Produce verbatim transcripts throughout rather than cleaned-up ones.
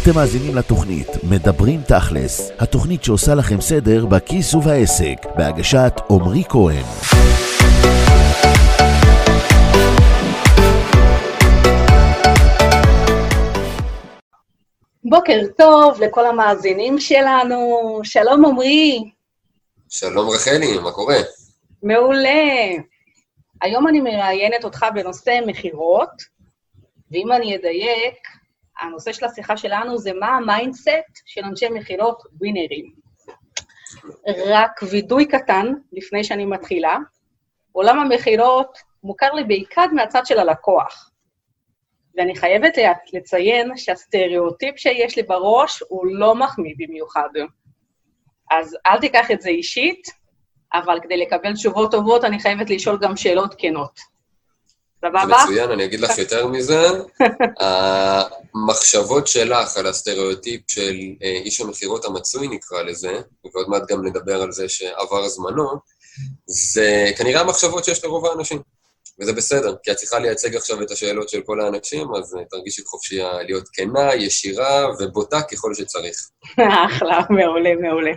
אתם מאזינים לתוכנית מדברים תכלס, התוכנית שעושה לכם סדר בכיס ובעסק, בהגשת עומרי כהן. בוקר טוב לכל המאזינים שלנו, שלום עומרי. שלום רחלי, מה קורה? מעולה. היום אני מראיינת אותך בנושא מחירות, ואם אני אדייק, הנושא של השיחה שלנו זה מה המיינדסט של אנשי מחירות ווינרים. רק וידוי קטן לפני שאני מתחילה, עולם המחירות מוכר לי בעיקר מהצד של הלקוח, ואני חייבת לציין שהסטריאוטיפ שיש לי בראש הוא לא מחמיא במיוחד. אז אל תיקח את זה אישית, אבל כדי לקבל תשובות טובות אני חייבת לשאול גם שאלות כנות. זה מצוין, אני אגיד לך יותר מזה. המחשבות שלך על הסטריאוטיפ של איש המחירות המצוי נקרא לזה, ועוד מעט גם נדבר על זה שעבר זמנו, זה כנראה המחשבות שיש לרוב האנשים. וזה בסדר, כי את צריכה לייצג עכשיו את השאלות של כל האנשים, אז תרגישי חופשייה להיות כנה, ישירה ובוטה ככל שצריך. אחלה, מעולה, מעולה.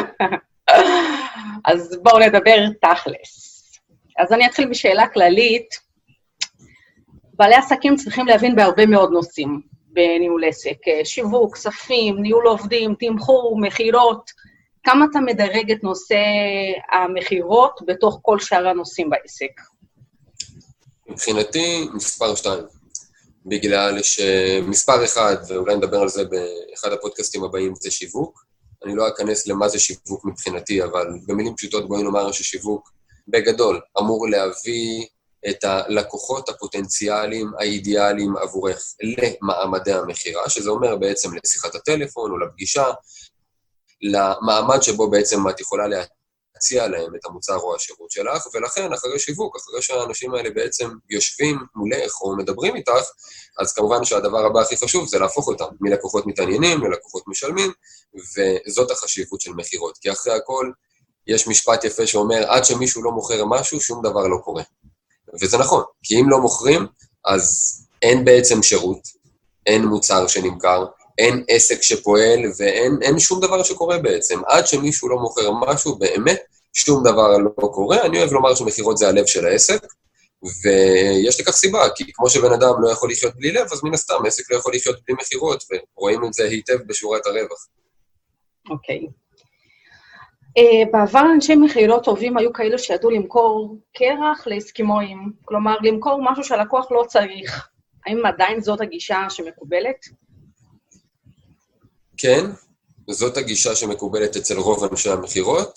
אז בואו נדבר תכלס. אז אני אתחיל בשאלה כללית. בעלי עסקים צריכים להבין בהרבה מאוד נושאים בניהול עסק, שיווק, כספים, ניהול עובדים, תמחור, מחירות. כמה אתה מדרג את נושא המחירות בתוך כל שאר הנושאים בעסק? מבחינתי, מספר שתיים. בגלל שמספר אחד, ואולי נדבר על זה באחד הפודקאסטים הבאים, זה שיווק. אני לא אכנס למה זה שיווק מבחינתי, אבל במילים פשוטות בואי נאמר ששיווק בגדול אמור להביא את הלקוחות הפוטנציאליים האידיאליים עבורך למעמדי המחירה, שזה אומר בעצם לשיחת הטלפון או לפגישה, למעמד שבו בעצם את יכולה להציע להם את המוצר או השירות שלך, ולכן אחרי שיווק, אחרי שהאנשים האלה בעצם יושבים מולך או מדברים איתך, אז כמובן שהדבר הבא הכי חשוב זה להפוך אותם מלקוחות מתעניינים ללקוחות משלמים, וזאת החשיבות של מחירות, כי אחרי הכל יש משפט יפה שאומר, עד שמישהו לא מוכר משהו, שום דבר לא קורה. וזה נכון, כי אם לא מוכרים, אז אין בעצם שירות, אין מוצר שנמכר, אין עסק שפועל, ואין אין שום דבר שקורה בעצם. עד שמישהו לא מוכר משהו, באמת שום דבר לא קורה. אני אוהב לומר שמחירות זה הלב של העסק, ויש לכך סיבה, כי כמו שבן אדם לא יכול לחיות בלי לב, אז מן הסתם עסק לא יכול לחיות בלי מחירות, ורואים את זה היטב בשורת הרווח. אוקיי. Okay. Uh, בעבר אנשי מחירות טובים היו כאלו שידעו למכור קרח לאסקימואים, כלומר למכור משהו שהלקוח לא צריך. האם עדיין זאת הגישה שמקובלת? כן, זאת הגישה שמקובלת אצל רוב אנשי המחירות,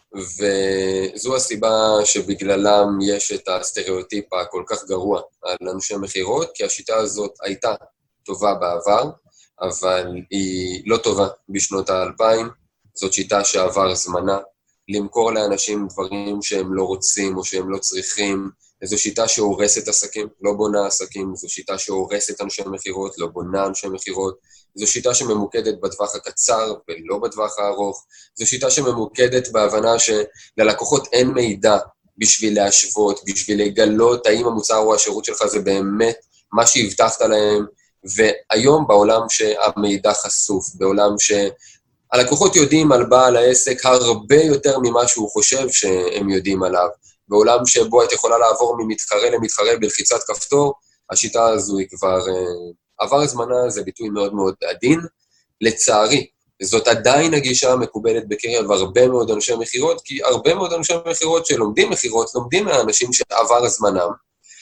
וזו הסיבה שבגללם יש את הסטריאוטיפ הכל כך גרוע על אנשי מחירות, כי השיטה הזאת הייתה טובה בעבר, אבל היא לא טובה בשנות האלפיים, זאת שיטה שעבר זמנה, למכור לאנשים דברים שהם לא רוצים או שהם לא צריכים, זו שיטה שהורסת עסקים, לא בונה עסקים, זו שיטה שהורסת אנשי מחירות, לא בונה אנשי מחירות, זו שיטה שממוקדת בטווח הקצר ולא בטווח הארוך, זו שיטה שממוקדת בהבנה שללקוחות אין מידע בשביל להשוות, בשביל לגלות האם המוצר או השירות שלך זה באמת מה שהבטחת להם, והיום בעולם שהמידע חשוף, בעולם ש... הלקוחות יודעים על בעל העסק הרבה יותר ממה שהוא חושב שהם יודעים עליו. בעולם שבו את יכולה לעבור ממתחרה למתחרה בלחיצת כפתור, השיטה הזו היא כבר עבר זמנה, זה ביטוי מאוד מאוד עדין. לצערי, זאת עדיין הגישה המקובלת בקרב הרבה מאוד אנשי מחירות, כי הרבה מאוד אנשי מחירות שלומדים מחירות, לומדים מהאנשים שעבר זמנם,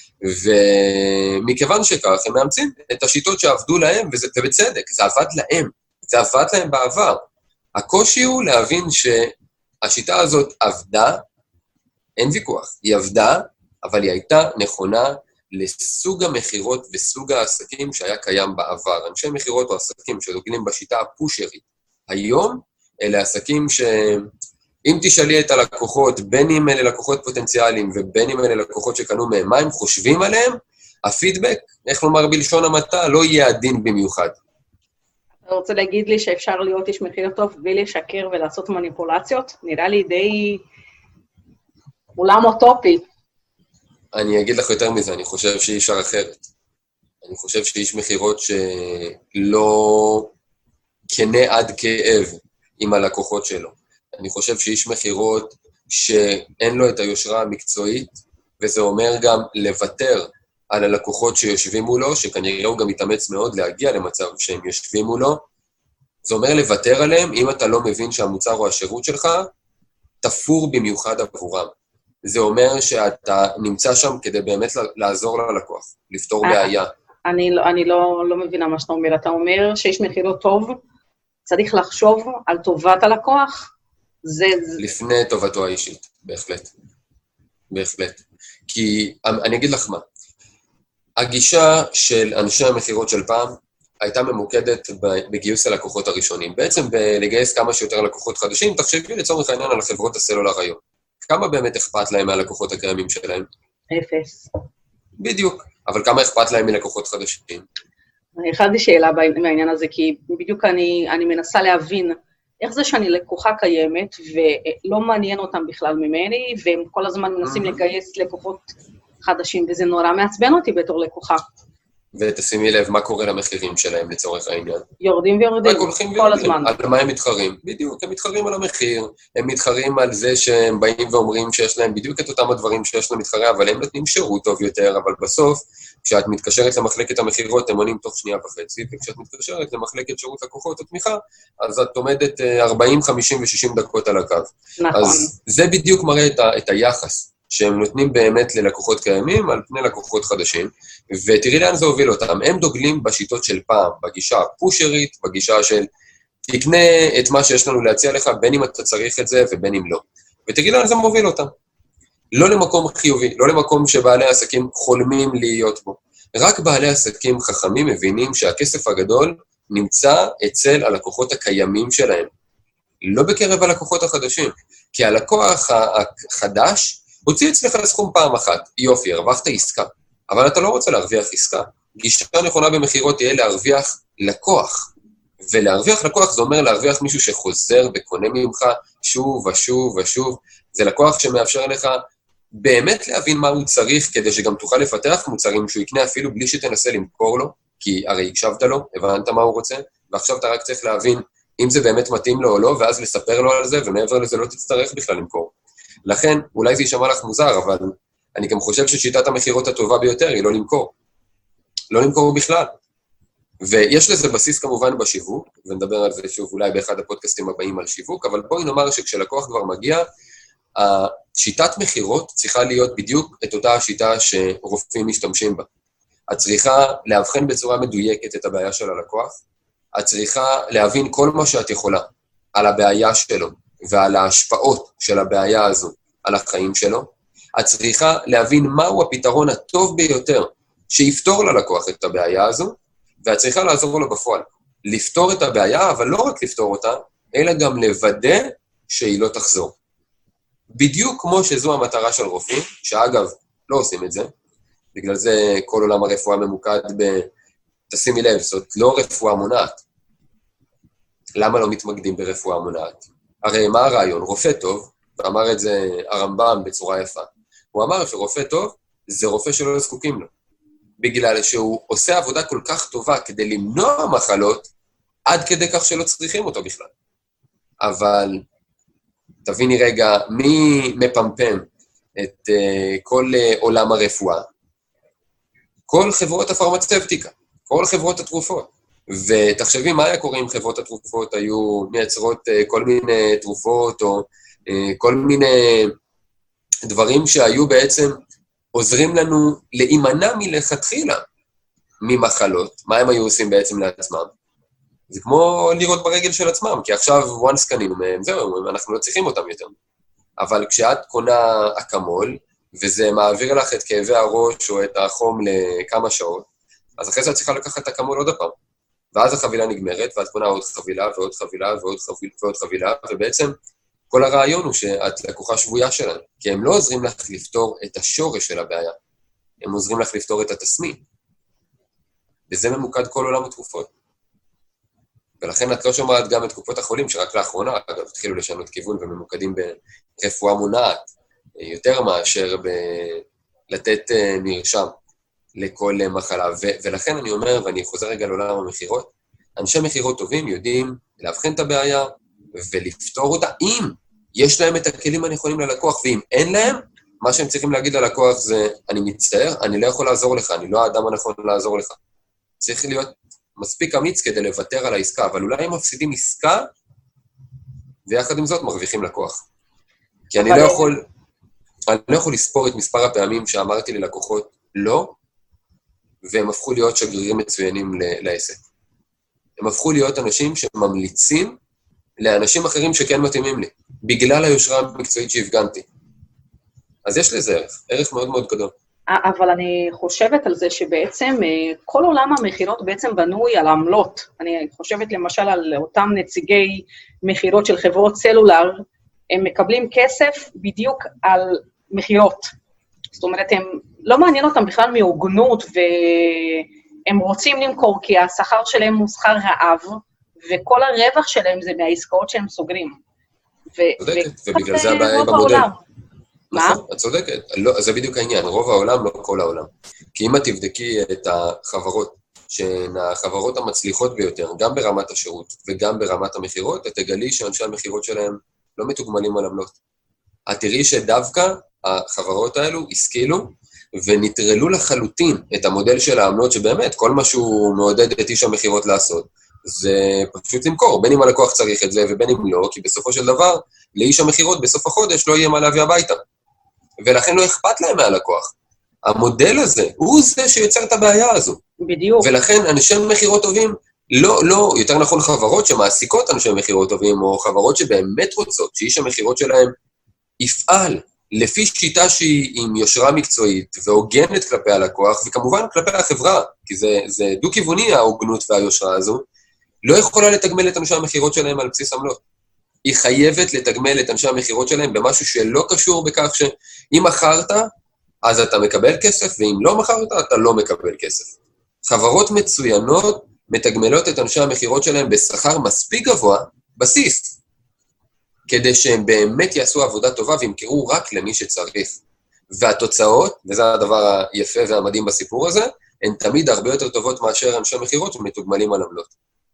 ומכיוון שכך הם מאמצים את השיטות שעבדו להם, וזה בצדק, זה עבד להם, זה עבד להם בעבר. הקושי הוא להבין שהשיטה הזאת עבדה, אין ויכוח, היא עבדה, אבל היא הייתה נכונה לסוג המחירות וסוג העסקים שהיה קיים בעבר. אנשי מחירות או עסקים שדוגלים בשיטה הפושרית. היום אלה עסקים שאם תשאלי את הלקוחות, בין אם אלה לקוחות פוטנציאליים ובין אם אלה לקוחות שקנו מהם, מה הם חושבים עליהם, הפידבק, איך לומר בלשון המעטה, לא יהיה עדין במיוחד. אתה רוצה להגיד לי שאפשר להיות איש מחיר טוב בלי לשקר ולעשות מניפולציות? נראה לי די עולם אוטופי. אני אגיד לך יותר מזה, אני חושב שאי אפשר אחרת. אני חושב שאיש מחירות שלא כנה עד כאב עם הלקוחות שלו. אני חושב שאיש מחירות שאין לו את היושרה המקצועית, וזה אומר גם לוותר על הלקוחות שיושבים מולו, שכנראה הוא גם מתאמץ מאוד להגיע למצב שהם יושבים מולו, זה אומר לוותר עליהם, אם אתה לא מבין שהמוצר או השירות שלך, תפור במיוחד עבורם. זה אומר שאתה נמצא שם כדי באמת לעזור ללקוח, לפתור בעיה. אני, אני לא, לא מבינה מה שאתה אומר. אתה אומר שיש מחירות טוב, צריך לחשוב על טובת הלקוח? זה... לפני טובתו האישית, בהחלט. בהחלט. כי אני אגיד לך מה, הגישה של אנשי המחירות של פעם, הייתה ממוקדת בגיוס הלקוחות הראשונים. בעצם בלגייס כמה שיותר לקוחות חדשים, תחשבי לצורך העניין על החברות הסלולר היום. כמה באמת אכפת להם מהלקוחות הקיימים שלהם? אפס. בדיוק. אבל כמה אכפת להם מלקוחות חדשים? אחד לי שאלה בעניין הזה, כי בדיוק אני, אני מנסה להבין איך זה שאני לקוחה קיימת, ולא מעניין אותם בכלל ממני, והם כל הזמן מנסים לגייס לקוחות חדשים, וזה נורא מעצבן אותי בתור לקוחה. ותשימי לב מה קורה למחירים שלהם לצורך העניין. יורדים ויורדים, כל הזמן. על מה הם מתחרים? בדיוק, הם מתחרים על המחיר, הם מתחרים על זה שהם באים ואומרים שיש להם בדיוק את אותם הדברים שיש להם מתחרה, אבל הם נותנים שירות טוב יותר, אבל בסוף, כשאת מתקשרת למחלקת המחירות, הם עונים תוך שנייה וחצי, וכשאת מתקשרת למחלקת שירות לקוחות או תמיכה, אז את עומדת ארבעים, חמישים ו-שישים דקות על הקו. נכון. אז זה בדיוק מראה את, ה- את היחס. שהם נותנים באמת ללקוחות קיימים על פני לקוחות חדשים, ותראי לאן זה הוביל אותם. הם דוגלים בשיטות של פעם, בגישה הפושרית, בגישה של תקנה את מה שיש לנו להציע לך, בין אם אתה צריך את זה ובין אם לא. ותראי לאן זה מוביל אותם. לא למקום חיובי, לא למקום שבעלי העסקים חולמים להיות בו. רק בעלי עסקים חכמים מבינים שהכסף הגדול נמצא אצל הלקוחות הקיימים שלהם, לא בקרב הלקוחות החדשים. כי הלקוח החדש, הוציא אצלך סכום פעם אחת, יופי, הרווחת עסקה, אבל אתה לא רוצה להרוויח עסקה. גישה נכונה במחירות תהיה להרוויח לקוח, ולהרוויח לקוח זה אומר להרוויח מישהו שחוזר וקונה ממך שוב ושוב ושוב, זה לקוח שמאפשר לך באמת להבין מה הוא צריך, כדי שגם תוכל לפתח מוצרים שהוא יקנה אפילו בלי שתנסה למכור לו, כי הרי הקשבת לו, הבנת מה הוא רוצה, ועכשיו אתה רק צריך להבין אם זה באמת מתאים לו או לא, ואז לספר לו על זה, ומעבר לזה לא תצטרך בכלל למכור. לכן, אולי זה יישמע לך מוזר, אבל אני גם חושב ששיטת המחירות הטובה ביותר היא לא למכור. לא למכור בכלל. ויש לזה בסיס כמובן בשיווק, ונדבר על זה שוב אולי באחד הפודקאסטים הבאים על שיווק, אבל בואי נאמר שכשלקוח כבר מגיע, השיטת מחירות צריכה להיות בדיוק את אותה השיטה שרופאים משתמשים בה. את צריכה להבחן בצורה מדויקת את הבעיה של הלקוח, את צריכה להבין כל מה שאת יכולה על הבעיה שלו, ועל ההשפעות של הבעיה הזו על החיים שלו, את צריכה להבין מהו הפתרון הטוב ביותר שיפתור ללקוח את הבעיה הזו, ואת צריכה לעזור לו בפועל. לפתור את הבעיה, אבל לא רק לפתור אותה, אלא גם לוודא שהיא לא תחזור. בדיוק כמו שזו המטרה של רופאים, שאגב, לא עושים את זה, בגלל זה כל עולם הרפואה ממוקד ב... תשימי לב, זאת לא רפואה מונעת. למה לא מתמקדים ברפואה מונעת? הרי מה הרעיון? רופא טוב, ואמר את זה הרמב"ם בצורה יפה, הוא אמר שרופא טוב זה רופא שלא זקוקים לו, בגלל שהוא עושה עבודה כל כך טובה כדי למנוע מחלות, עד כדי כך שלא צריכים אותו בכלל. אבל תביני רגע, מי מפמפם את uh, כל uh, עולם הרפואה? כל חברות הפרמצבטיקה, כל חברות התרופות. ותחשבי מה היה קורה אם חברות התרופות היו מייצרות uh, כל מיני תרופות, או uh, כל מיני דברים שהיו בעצם עוזרים לנו להימנע מלכתחילה ממחלות. מה הם היו עושים בעצם לעצמם? זה כמו לראות ברגל של עצמם, כי עכשיו once קנינו מהם, זהו, אנחנו לא צריכים אותם יותר. אבל כשאת קונה אקמול, וזה מעביר לך את כאבי הראש או את החום לכמה שעות, אז אחרי זה את צריכה לקחת את אקמול עוד הפעם. ואז החבילה נגמרת, ואת קונה עוד חבילה ועוד חבילה ועוד חבילה ועוד חבילה, ובעצם כל הרעיון הוא שאת לקוחה שבויה שלנו, כי הם לא עוזרים לך לפתור את השורש של הבעיה, הם עוזרים לך לפתור את התסמין. וזה ממוקד כל עולם התרופות. ולכן את לא שומעת גם את קופות החולים, שרק לאחרונה, אגב, התחילו לשנות כיוון וממוקדים ברפואה מונעת, יותר מאשר לתת מרשם לכל מחלה. ו- ולכן אני אומר, ואני חוזר רגע לעולם המחירות, אנשי מחירות טובים יודעים להבחן את הבעיה ולפתור אותה, אם יש להם את הכלים הנכונים ללקוח, ואם אין להם, מה שהם צריכים להגיד ללקוח זה, אני מצטער, אני לא יכול לעזור לך, אני לא האדם הנכון לעזור לך. צריך להיות מספיק אמיץ כדי לוותר על העסקה, אבל אולי הם מפסידים עסקה, ויחד עם זאת מרוויחים לקוח. כי אני לא יכול, אני לא יכול לספור את מספר הפעמים שאמרתי ללקוחות לא, והם הפכו להיות שגרירים מצוינים לעסק. הם הפכו להיות אנשים שממליצים לאנשים אחרים שכן מתאימים לי, בגלל היושרה המקצועית שהפגנתי. אז יש לזה ערך, ערך מאוד מאוד גדול. אבל אני חושבת על זה שבעצם כל עולם המחירות בעצם בנוי על עמלות. אני חושבת למשל על אותם נציגי מחירות של חברות סלולר, הם מקבלים כסף בדיוק על מחירות. זאת אומרת, הם לא מעניין אותם בכלל מהוגנות, והם רוצים למכור כי השכר שלהם הוא שכר רעב, וכל הרווח שלהם זה מהעסקאות שהם סוגרים. צודקת, ובגלל זה הבעיה במודל. נכון, את צודקת. זה בדיוק העניין, רוב העולם, לא כל העולם. כי אם את תבדקי את החברות, שהן החברות המצליחות ביותר, גם ברמת השירות וגם ברמת המחירות, את תגלי שאנשי המחירות שלהם לא מתוגמלים על עמלות. את תראי שדווקא החברות האלו השכילו ונטרלו לחלוטין את המודל של העמלות, שבאמת כל מה שהוא מעודד את איש המחירות לעשות, זה פשוט למכור, בין אם הלקוח צריך את זה ובין אם לא, כי בסופו של דבר, לאיש המחירות בסוף החודש לא יהיה מה להביא הביתה. ולכן לא אכפת להם מהלקוח. המודל הזה הוא זה שיוצר את הבעיה הזו. בדיוק. ולכן אנשי מחירות טובים, לא, לא, יותר נכון חברות שמעסיקות אנשי מחירות טובים, או חברות שבאמת רוצות שאיש המחירות שלהם יפעל לפי שיטה שהיא עם יושרה מקצועית והוגנת כלפי הלקוח, וכמובן כלפי החברה, כי זה, זה דו-כיווני ההוגנות והיושרה הזו, לא יכולה לתגמל את אנשי המחירות שלהם על בסיס עמלות. היא חייבת לתגמל את אנשי המחירות שלהם במשהו שלא קשור בכך שאם מכרת, אז אתה מקבל כסף, ואם לא מכרת, אתה לא מקבל כסף. חברות מצוינות מתגמלות את אנשי המחירות שלהם בשכר מספיק גבוה, בסיס, כדי שהם באמת יעשו עבודה טובה וימכרו רק למי שצריך. והתוצאות, וזה הדבר היפה והמדהים בסיפור הזה, הן תמיד הרבה יותר טובות מאשר אנשי מחירות שמתוגמלים על עמלות.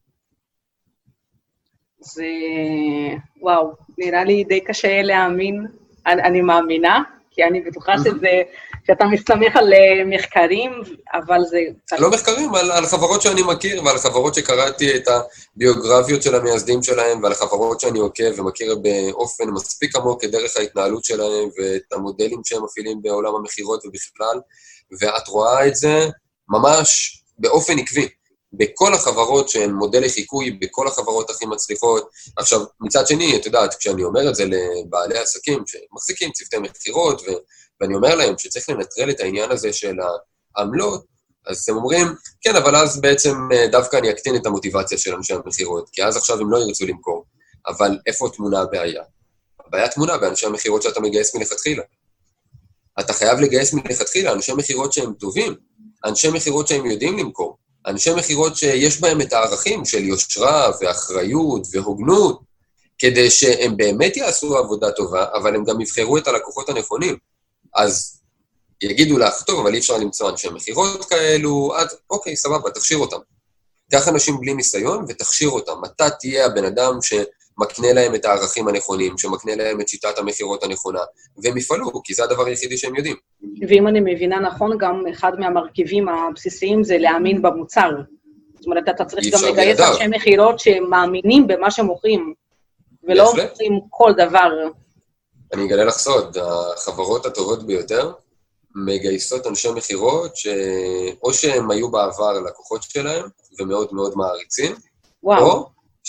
זה, וואו, נראה לי די קשה להאמין, אני, אני מאמינה, כי אני בטוחה שזה, שאתה מסתמך על מחקרים, אבל זה... לא מחקרים, על, על חברות שאני מכיר, ועל חברות שקראתי את הביוגרפיות של המייסדים שלהם, ועל חברות שאני עוקב ומכיר באופן מספיק עמוק כדרך ההתנהלות שלהם, ואת המודלים שהם מפעילים בעולם המחירות ובכלל, ואת רואה את זה ממש באופן עקבי. בכל החברות שהן מודל לחיקוי, בכל החברות הכי מצליחות. עכשיו, מצד שני, את יודעת, כשאני אומר את זה לבעלי עסקים שמחזיקים צוותי מחירות, ו- ואני אומר להם שצריך לנטרל את העניין הזה של העמלות, אז הם אומרים, כן, אבל אז בעצם דווקא אני אקטין את המוטיבציה של אנשי המחירות, כי אז עכשיו הם לא ירצו למכור. אבל איפה תמונה הבעיה? הבעיה תמונה באנשי המחירות שאתה מגייס מלכתחילה. אתה חייב לגייס מלכתחילה אנשי מחירות שהם טובים, אנשי מחירות שהם יודעים למכור. אנשי מחירות שיש בהם את הערכים של יושרה ואחריות והוגנות, כדי שהם באמת יעשו עבודה טובה, אבל הם גם יבחרו את הלקוחות הנכונים. אז יגידו לך, טוב, אבל אי אפשר למצוא אנשי מחירות כאלו, אז אוקיי, סבבה, תכשיר אותם. קח אנשים בלי ניסיון ותכשיר אותם. אתה תהיה הבן אדם שמקנה להם את הערכים הנכונים, שמקנה להם את שיטת המחירות הנכונה, והם יפעלו, כי זה הדבר היחידי שהם יודעים. ואם אני מבינה נכון, גם אחד מהמרכיבים הבסיסיים זה להאמין במוצר. זאת אומרת, אתה צריך גם לגייס אנשי מחירות שמאמינים במה שמוכרים, ולא מוכרים כל דבר. אני אגלה לך סוד, החברות הטובות ביותר מגייסות אנשי מחירות שאו שהם היו בעבר לקוחות שלהם, ומאוד מאוד מעריצים, וואו. או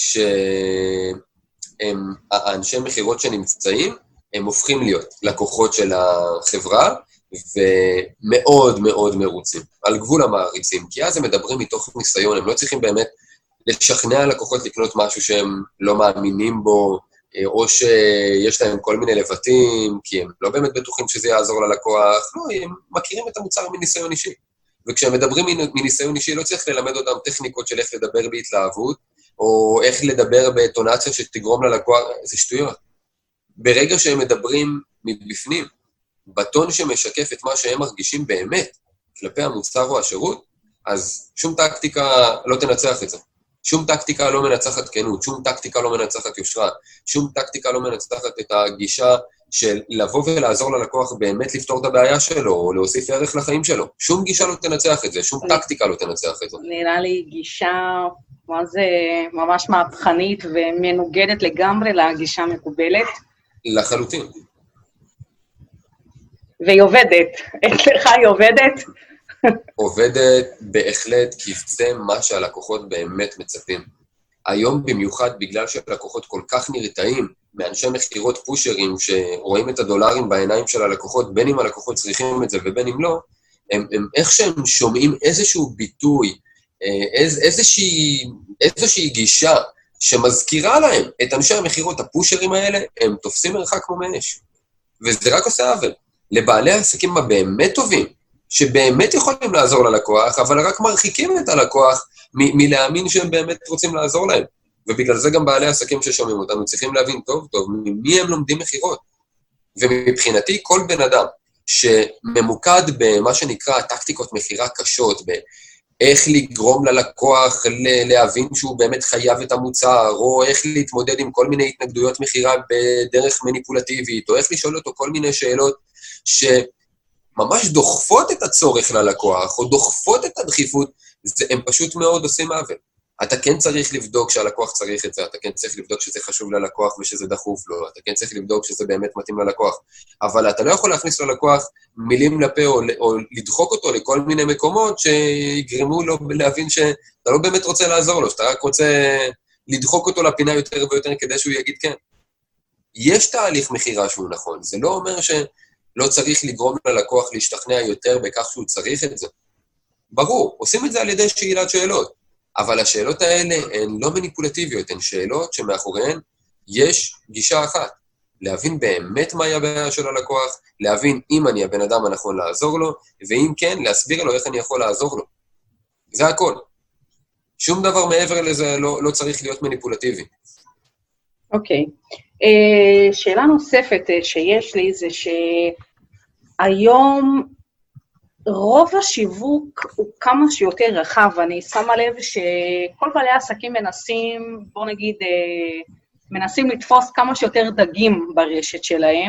שהאנשי מחירות שנמצאים, הם הופכים להיות לקוחות של החברה, ומאוד מאוד מרוצים, על גבול המעריצים, כי אז הם מדברים מתוך ניסיון, הם לא צריכים באמת לשכנע לקוחות לקנות משהו שהם לא מאמינים בו, או שיש להם כל מיני לבטים, כי הם לא באמת בטוחים שזה יעזור ללקוח, לא, הם מכירים את המוצר מניסיון אישי. וכשהם מדברים מניסיון אישי, לא צריך ללמד אותם טכניקות של איך לדבר בהתלהבות, או איך לדבר בטונציה שתגרום ללקוח, זה שטויות. ברגע שהם מדברים מבפנים, בטון שמשקף את מה שהם מרגישים באמת, כלפי המוצר או השירות, אז שום טקטיקה לא תנצח את זה. שום טקטיקה לא מנצחת כנות, שום טקטיקה לא מנצחת יושרה, שום טקטיקה לא מנצחת את הגישה של לבוא ולעזור ללקוח באמת לפתור את הבעיה שלו, או להוסיף ערך לחיים שלו. שום גישה לא תנצח את זה, שום טקטיקה לא תנצח את זה. נראה לי גישה, מה זה, ממש מהפכנית ומנוגדת לגמרי לגישה המקובלת. לחלוטין. והיא עובדת. אצלך היא עובדת? עובדת בהחלט, כי זה מה שהלקוחות באמת מצפים. היום במיוחד, בגלל שהלקוחות כל כך נרתעים, מאנשי מחירות פושרים שרואים את הדולרים בעיניים של הלקוחות, בין אם הלקוחות צריכים את זה ובין אם לא, הם, הם איך שהם שומעים איזשהו ביטוי, איז, איזושהי, איזושהי גישה שמזכירה להם את אנשי המחירות הפושרים האלה, הם תופסים מרחק כמו מאש. וזה רק עושה עוול. לבעלי העסקים הבאמת טובים, שבאמת יכולים לעזור ללקוח, אבל רק מרחיקים את הלקוח מ- מלהאמין שהם באמת רוצים לעזור להם. ובגלל זה גם בעלי העסקים ששומעים אותנו צריכים להבין טוב טוב ממי הם לומדים מחירות. ומבחינתי כל בן אדם שממוקד במה שנקרא טקטיקות מחירה קשות, באיך לגרום ללקוח להבין שהוא באמת חייב את המוצר, או איך להתמודד עם כל מיני התנגדויות מחירה בדרך מניפולטיבית, או איך לשאול אותו כל מיני שאלות שממש דוחפות את הצורך ללקוח, או דוחפות את הדחיפות, הם פשוט מאוד עושים עוול. אתה כן צריך לבדוק שהלקוח צריך את זה, אתה כן צריך לבדוק שזה חשוב ללקוח ושזה דחוף לו, אתה כן צריך לבדוק שזה באמת מתאים ללקוח, אבל אתה לא יכול להכניס ללקוח מילים לפה או, או לדחוק אותו לכל מיני מקומות שיגרמו לו להבין שאתה לא באמת רוצה לעזור לו, שאתה רק רוצה לדחוק אותו לפינה יותר ויותר כדי שהוא יגיד כן. יש תהליך מחירה שהוא נכון, זה לא אומר שלא צריך לגרום ללקוח להשתכנע יותר בכך שהוא צריך את זה. ברור, עושים את זה על ידי שאלת שאלות. אבל השאלות האלה הן לא מניפולטיביות, הן שאלות שמאחוריהן יש גישה אחת. להבין באמת מהי הבעיה של הלקוח, להבין אם אני הבן אדם הנכון לעזור לו, ואם כן, להסביר לו איך אני יכול לעזור לו. זה הכל. שום דבר מעבר לזה לא, לא צריך להיות מניפולטיבי. אוקיי. Okay. Uh, שאלה נוספת שיש לי זה שהיום רוב השיווק הוא כמה שיותר רחב, ואני שמה לב שכל בעלי העסקים מנסים, בוא נגיד, מנסים לתפוס כמה שיותר דגים ברשת שלהם,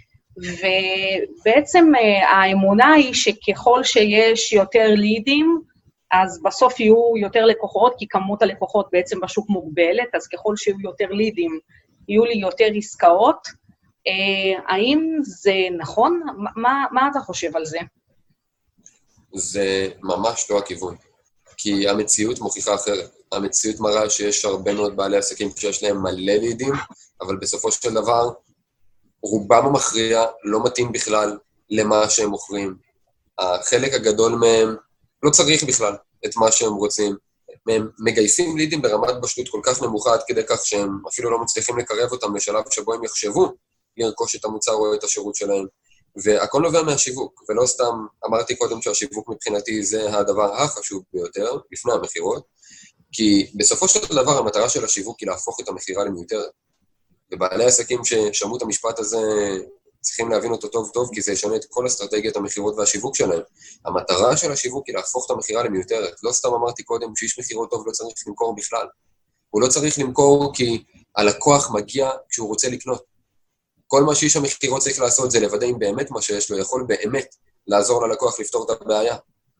ובעצם האמונה היא שככל שיש יותר לידים, אז בסוף יהיו יותר לקוחות, כי כמות הלקוחות בעצם בשוק מוגבלת, אז ככל שיהיו יותר לידים, יהיו לי יותר עסקאות. האם זה נכון? מה, מה אתה חושב על זה? זה ממש לא הכיוון, כי המציאות מוכיחה אחרת. המציאות מראה שיש הרבה מאוד בעלי עסקים שיש להם מלא לידים, אבל בסופו של דבר, רובם המכריע לא מתאים בכלל למה שהם מוכרים. החלק הגדול מהם לא צריך בכלל את מה שהם רוצים. הם מגייסים לידים ברמת בשלות כל כך נמוכה, עד כדי כך שהם אפילו לא מצליחים לקרב אותם לשלב שבו הם יחשבו לרכוש את המוצר או את השירות שלהם. והכל נובע מהשיווק, ולא סתם אמרתי קודם שהשיווק מבחינתי זה הדבר החשוב ביותר, לפני המחירות, כי בסופו של דבר המטרה של השיווק היא להפוך את המחירה למיותרת. ובעלי עסקים ששמעו את המשפט הזה צריכים להבין אותו טוב טוב, כי זה ישנה את כל אסטרטגיית המחירות והשיווק שלהם. המטרה של השיווק היא להפוך את המחירה למיותרת. לא סתם אמרתי קודם שאיש מחירות טוב לא צריך למכור בכלל. הוא לא צריך למכור כי הלקוח מגיע כשהוא רוצה לקנות. כל מה שאיש המחירות צריך לעשות זה לוודא אם באמת מה שיש לו יכול באמת לעזור ללקוח לפתור את הבעיה.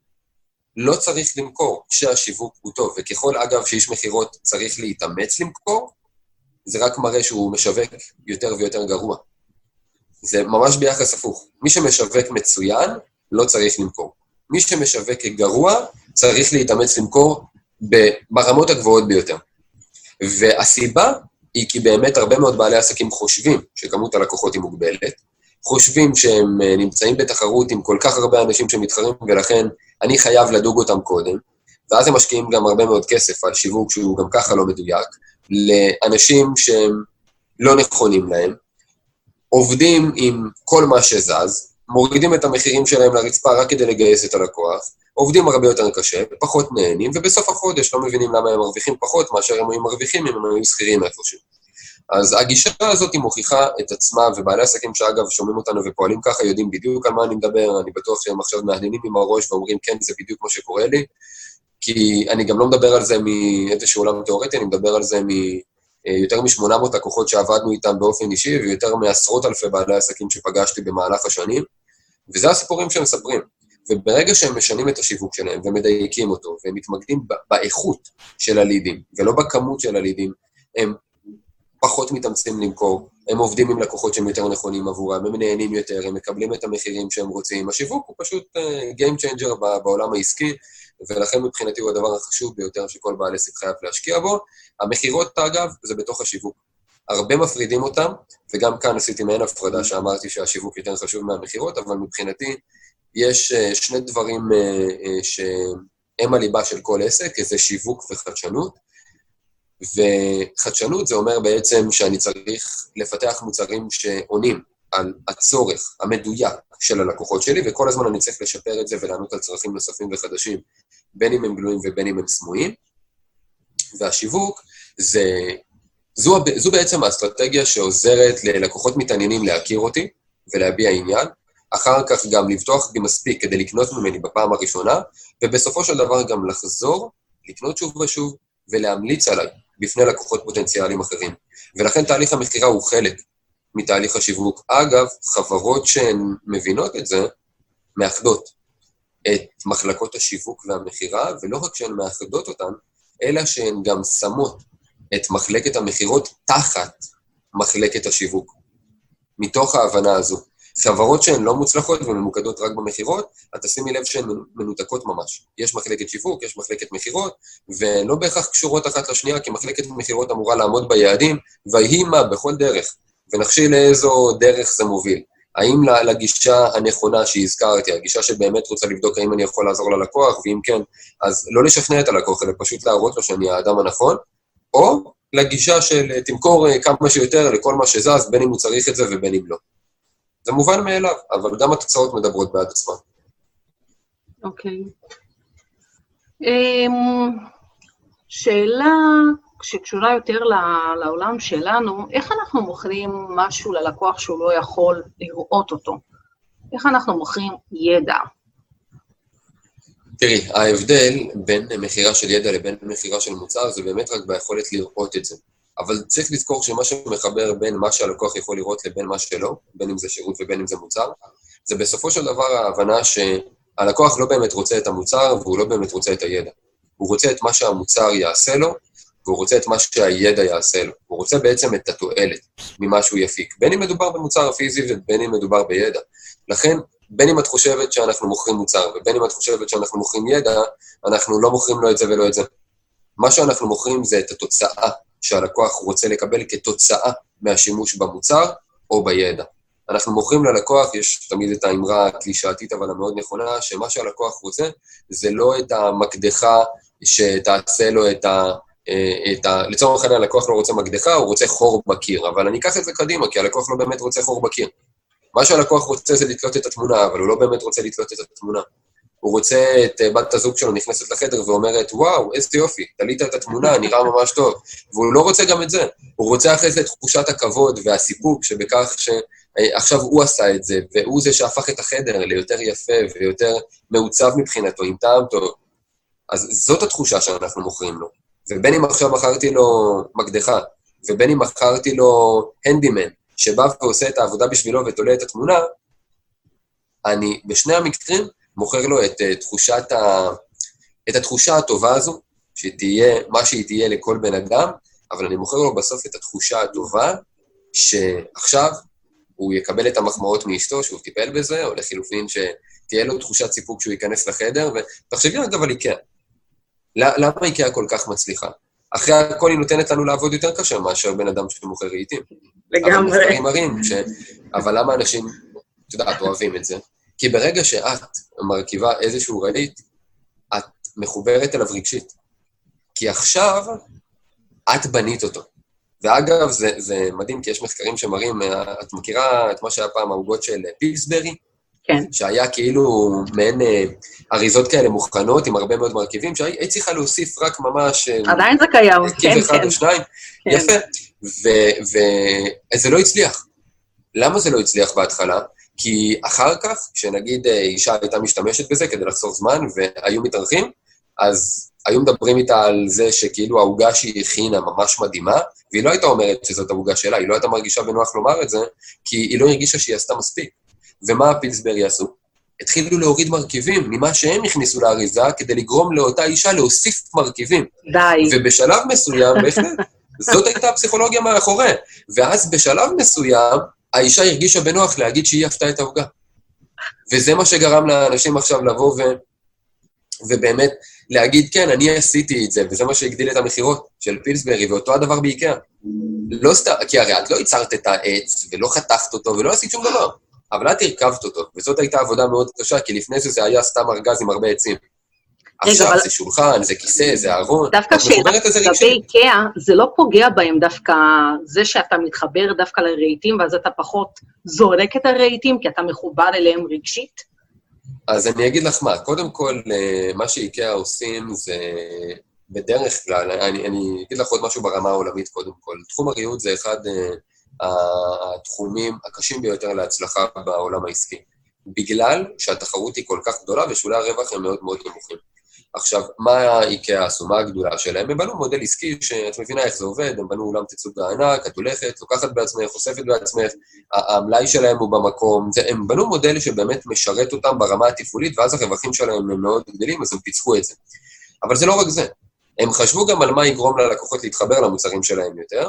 לא צריך למכור כשהשיווק הוא טוב, וככל אגב שאיש מחירות צריך להתאמץ למכור, זה רק מראה שהוא משווק יותר ויותר גרוע. זה ממש ביחס הפוך. מי שמשווק מצוין לא צריך למכור. מי שמשווק גרוע צריך להתאמץ למכור ברמות הגבוהות ביותר. והסיבה היא כי באמת הרבה מאוד בעלי עסקים חושבים שכמות הלקוחות היא מוגבלת, חושבים שהם נמצאים בתחרות עם כל כך הרבה אנשים שמתחרים, ולכן אני חייב לדוג אותם קודם, ואז הם משקיעים גם הרבה מאוד כסף על שיווק שהוא גם ככה לא מדויק, לאנשים שהם לא נכונים להם, עובדים עם כל מה שזז, מורידים את המחירים שלהם לרצפה רק כדי לגייס את הלקוח, עובדים הרבה יותר קשה, פחות נהנים, ובסוף החודש לא מבינים למה הם מרוויחים פחות, מאשר הם היו מרוויחים אם הם היו שכירים איפשהו. אז הגישה הזאת היא מוכיחה את עצמה, ובעלי עסקים שאגב שומעים אותנו ופועלים ככה, יודעים בדיוק על מה אני מדבר, אני בטוח שהם עכשיו מהנהנים עם הראש ואומרים, כן, זה בדיוק מה שקורה לי, כי אני גם לא מדבר על זה מאיזשהו עולם תיאורטי, אני מדבר על זה מיותר מ-שמונה מאות לקוחות שעבדנו איתם באופן אישי, ויותר מעשרות אלפי בעלי עסקים שפגשתי במהלך השנים, וזה הסיפורים שהם מספרים. וברגע שהם משנים את השיווק שלהם ומדייקים אותו, והם מתמקדים באיכות של הלידים, ולא בכמות של הלידים, הם פחות מתאמצים למכור, הם עובדים עם לקוחות שהם יותר נכונים עבורם, הם נהנים יותר, הם מקבלים את המחירים שהם רוצים. השיווק הוא פשוט uh, game changer בעולם העסקי, ולכן מבחינתי הוא הדבר החשוב ביותר שכל בעל עסק חייב להשקיע בו. המחירות, אגב, זה בתוך השיווק. הרבה מפרידים אותם, וגם כאן עשיתי מעין הפרדה שאמרתי שהשיווק יותר חשוב מהמחירות, אבל מבחינתי יש uh, שני דברים uh, uh, שהם הליבה של כל עסק, זה שיווק וחדשנות, וחדשנות זה אומר בעצם שאני צריך לפתח מוצרים שעונים על הצורך המדויק של הלקוחות שלי, וכל הזמן אני צריך לשפר את זה ולענות על צרכים נוספים וחדשים, בין אם הם גלויים ובין אם הם סמויים. והשיווק זה, זו, זו בעצם האסטרטגיה שעוזרת ללקוחות מתעניינים להכיר אותי ולהביע עניין, אחר כך גם לבטוח בי מספיק כדי לקנות ממני בפעם הראשונה, ובסופו של דבר גם לחזור, לקנות שוב ושוב, ולהמליץ עליי בפני לקוחות פוטנציאליים אחרים. ולכן תהליך המחירה הוא חלק מתהליך השיווק. אגב, חברות שהן מבינות את זה, מאחדות את מחלקות השיווק והמחירה, ולא רק שהן מאחדות אותן, אלא שהן גם שמות את מחלקת המחירות תחת מחלקת השיווק. מתוך ההבנה הזו. חברות שהן לא מוצלחות וממוקדות רק במחירות, את תשימי לב שהן מנותקות ממש. יש מחלקת שיווק, יש מחלקת מחירות, ולא בהכרח קשורות אחת לשנייה, כי מחלקת מחירות אמורה לעמוד ביעדים, והיא מה בכל דרך, ונחשי לאיזו דרך זה מוביל. האם לגישה הנכונה שהזכרתי, הגישה שבאמת רוצה לבדוק האם אני יכול לעזור ללקוח, ואם כן, אז לא לשכנע את הלקוח, אלא פשוט להראות לו שאני האדם הנכון, או לגישה של תמכור כמה שיותר לכל מה שזז, בין אם הוא צריך את זה ובין אם לא. זה מובן מאליו, אבל גם התוצאות מדברות בעד עצמן. אוקיי. שאלה שקשורה יותר לעולם שלנו, איך אנחנו מוכרים משהו ללקוח שהוא לא יכול לראות אותו? איך אנחנו מוכרים ידע? תראי, ההבדל בין מחירה של ידע לבין מחירה של מוצר, זה באמת רק ביכולת לראות את זה. אבל צריך לזכור שמה שמחבר בין מה שהלקוח יכול לראות לבין מה שלא, בין אם זה שירות ובין אם זה מוצר, זה בסופו של דבר ההבנה שהלקוח לא באמת רוצה את המוצר, והוא לא באמת רוצה את הידע. הוא רוצה את מה שהמוצר יעשה לו, והוא רוצה את מה שהידע יעשה לו. הוא רוצה בעצם את התועלת ממה שהוא יפיק. בין אם מדובר במוצר הפיזי ובין אם מדובר בידע. לכן, בין אם את חושבת שאנחנו מוכרים מוצר, ובין אם את חושבת שאנחנו מוכרים ידע, אנחנו לא מוכרים לו את זה ולא את זה. מה שאנחנו מוכרים זה את התוצאה שהלקוח רוצה לקבל כתוצאה מהשימוש במוצר או בידע. אנחנו מוכרים ללקוח, יש תמיד את האמרה הקלישאתית אבל המאוד נכונה, שמה שהלקוח רוצה זה לא את המקדחה שתעשה לו את ה... את ה... לצורך העניין, הלקוח לא רוצה מקדחה, הוא רוצה חור בקיר, אבל אני אקח את זה קדימה, כי הלקוח לא באמת רוצה חור בקיר. מה שהלקוח רוצה זה לתלות את התמונה, אבל הוא לא באמת רוצה לתלות את התמונה. הוא רוצה את בת הזוג שלו נכנסת לחדר ואומרת, וואו, איזה יופי, תלית את התמונה, נראה ממש טוב. והוא לא רוצה גם את זה. הוא רוצה אחרי זה את תחושת הכבוד והסיפוק שבכך שעכשיו הוא עשה את זה, והוא זה שהפך את החדר ליותר יפה ויותר מעוצב מבחינתו, עם טעם טוב. אז זאת התחושה שאנחנו מוכרים לו. ובין אם עכשיו מכרתי לו מקדחה, ובין אם מכרתי לו הנדימן, שבא ועושה את העבודה בשבילו ותולה את התמונה, אני בשני המקרים מוכר לו את תחושת ה... את התחושה הטובה הזו, שתהיה מה שהיא תהיה לכל בן אדם, אבל אני מוכר לו בסוף את התחושה הטובה, שעכשיו הוא יקבל את המחמאות מאשתו, שהוא טיפל בזה, או לחילופין שתהיה לו תחושת סיפוק שהוא ייכנס לחדר, ותחשבי אגב על איקאה. למה איקאה כל כך מצליחה? אחרי הכל היא נותנת לנו לעבוד יותר קשה מאשר בן אדם שמוכר רהיטים. לגמרי. אבל מראים ש... אבל למה אנשים, את יודעת, אוהבים את זה? כי ברגע שאת מרכיבה איזשהו רהיט, את מחוברת אליו רגשית. כי עכשיו את בנית אותו. ואגב, זה, זה מדהים, כי יש מחקרים שמראים, את מכירה את מה שהיה פעם העוגות של פילסברי? כן. שהיה כאילו מעין אריזות כאלה מוכנות עם הרבה מאוד מרכיבים, שהיא צריכה להוסיף רק ממש... עדיין זה קיים, כן, כן. אחד או שניים, יפה. וזה לא הצליח. למה זה לא הצליח בהתחלה? כי אחר כך, כשנגיד אישה הייתה משתמשת בזה כדי לחסוך זמן, והיו מתארחים, אז היו מדברים איתה על זה שכאילו ההוגה שהיא הכינה ממש מדהימה, והיא לא הייתה אומרת שזאת ההוגה שלה, היא לא הייתה מרגישה בנוח לומר את זה, כי היא לא הרגישה שהיא עשתה מספיק. ומה הפילסברי עשו? התחילו להוריד מרכיבים ממה שהם הכניסו לאריזה, כדי לגרום לאותה אישה להוסיף מרכיבים. די. ובשלב מסוים, בהחלט, זאת הייתה הפסיכולוגיה מאחורי. ואז בשלב מסוים, האישה הרגישה בנוח להגיד שהיא הפתה את ההוגה. וזה מה שגרם לאנשים עכשיו לבוא ו... ובאמת להגיד, כן, אני עשיתי את זה, וזה מה שהגדיל את המחירות של פילסברי, ואותו הדבר בעיקר. לא סתם, כי הרי את לא ייצרת את העץ, ולא חתכת אותו, ולא עשית שום דבר. אבל את הרכבת אותו, וזאת הייתה עבודה מאוד קשה, כי לפני זה זה היה סתם ארגז עם הרבה עצים. עכשיו זה שולחן, זה כיסא, זה ארון. דווקא שלגבי איקאה, זה לא פוגע בהם דווקא, זה שאתה מתחבר דווקא לרהיטים, ואז אתה פחות זורק את הרהיטים, כי אתה מחובר אליהם רגשית? אז אני אגיד לך מה, קודם כל, מה שאיקאה עושים זה בדרך כלל, אני, אני אגיד לך עוד משהו ברמה העולמית קודם כל. תחום הריהוט זה אחד התחומים הקשים ביותר להצלחה בעולם העסקי, בגלל שהתחרות היא כל כך גדולה ושולי הרווח הם מאוד מאוד נמוכים. עכשיו, מה איקאה עשו? מה הגדולה שלהם? הם בנו מודל עסקי שאת מבינה איך זה עובד, הם בנו אולם תצוגה ענק, את הולכת, לוקחת בעצמך, חושפת בעצמך, המלאי שלהם הוא במקום, זה, הם בנו מודל שבאמת משרת אותם ברמה התפעולית, ואז הרווחים שלהם הם מאוד גדלים, אז הם פיצחו את זה. אבל זה לא רק זה. הם חשבו גם על מה יגרום ללקוחות להתחבר למוצרים שלהם יותר,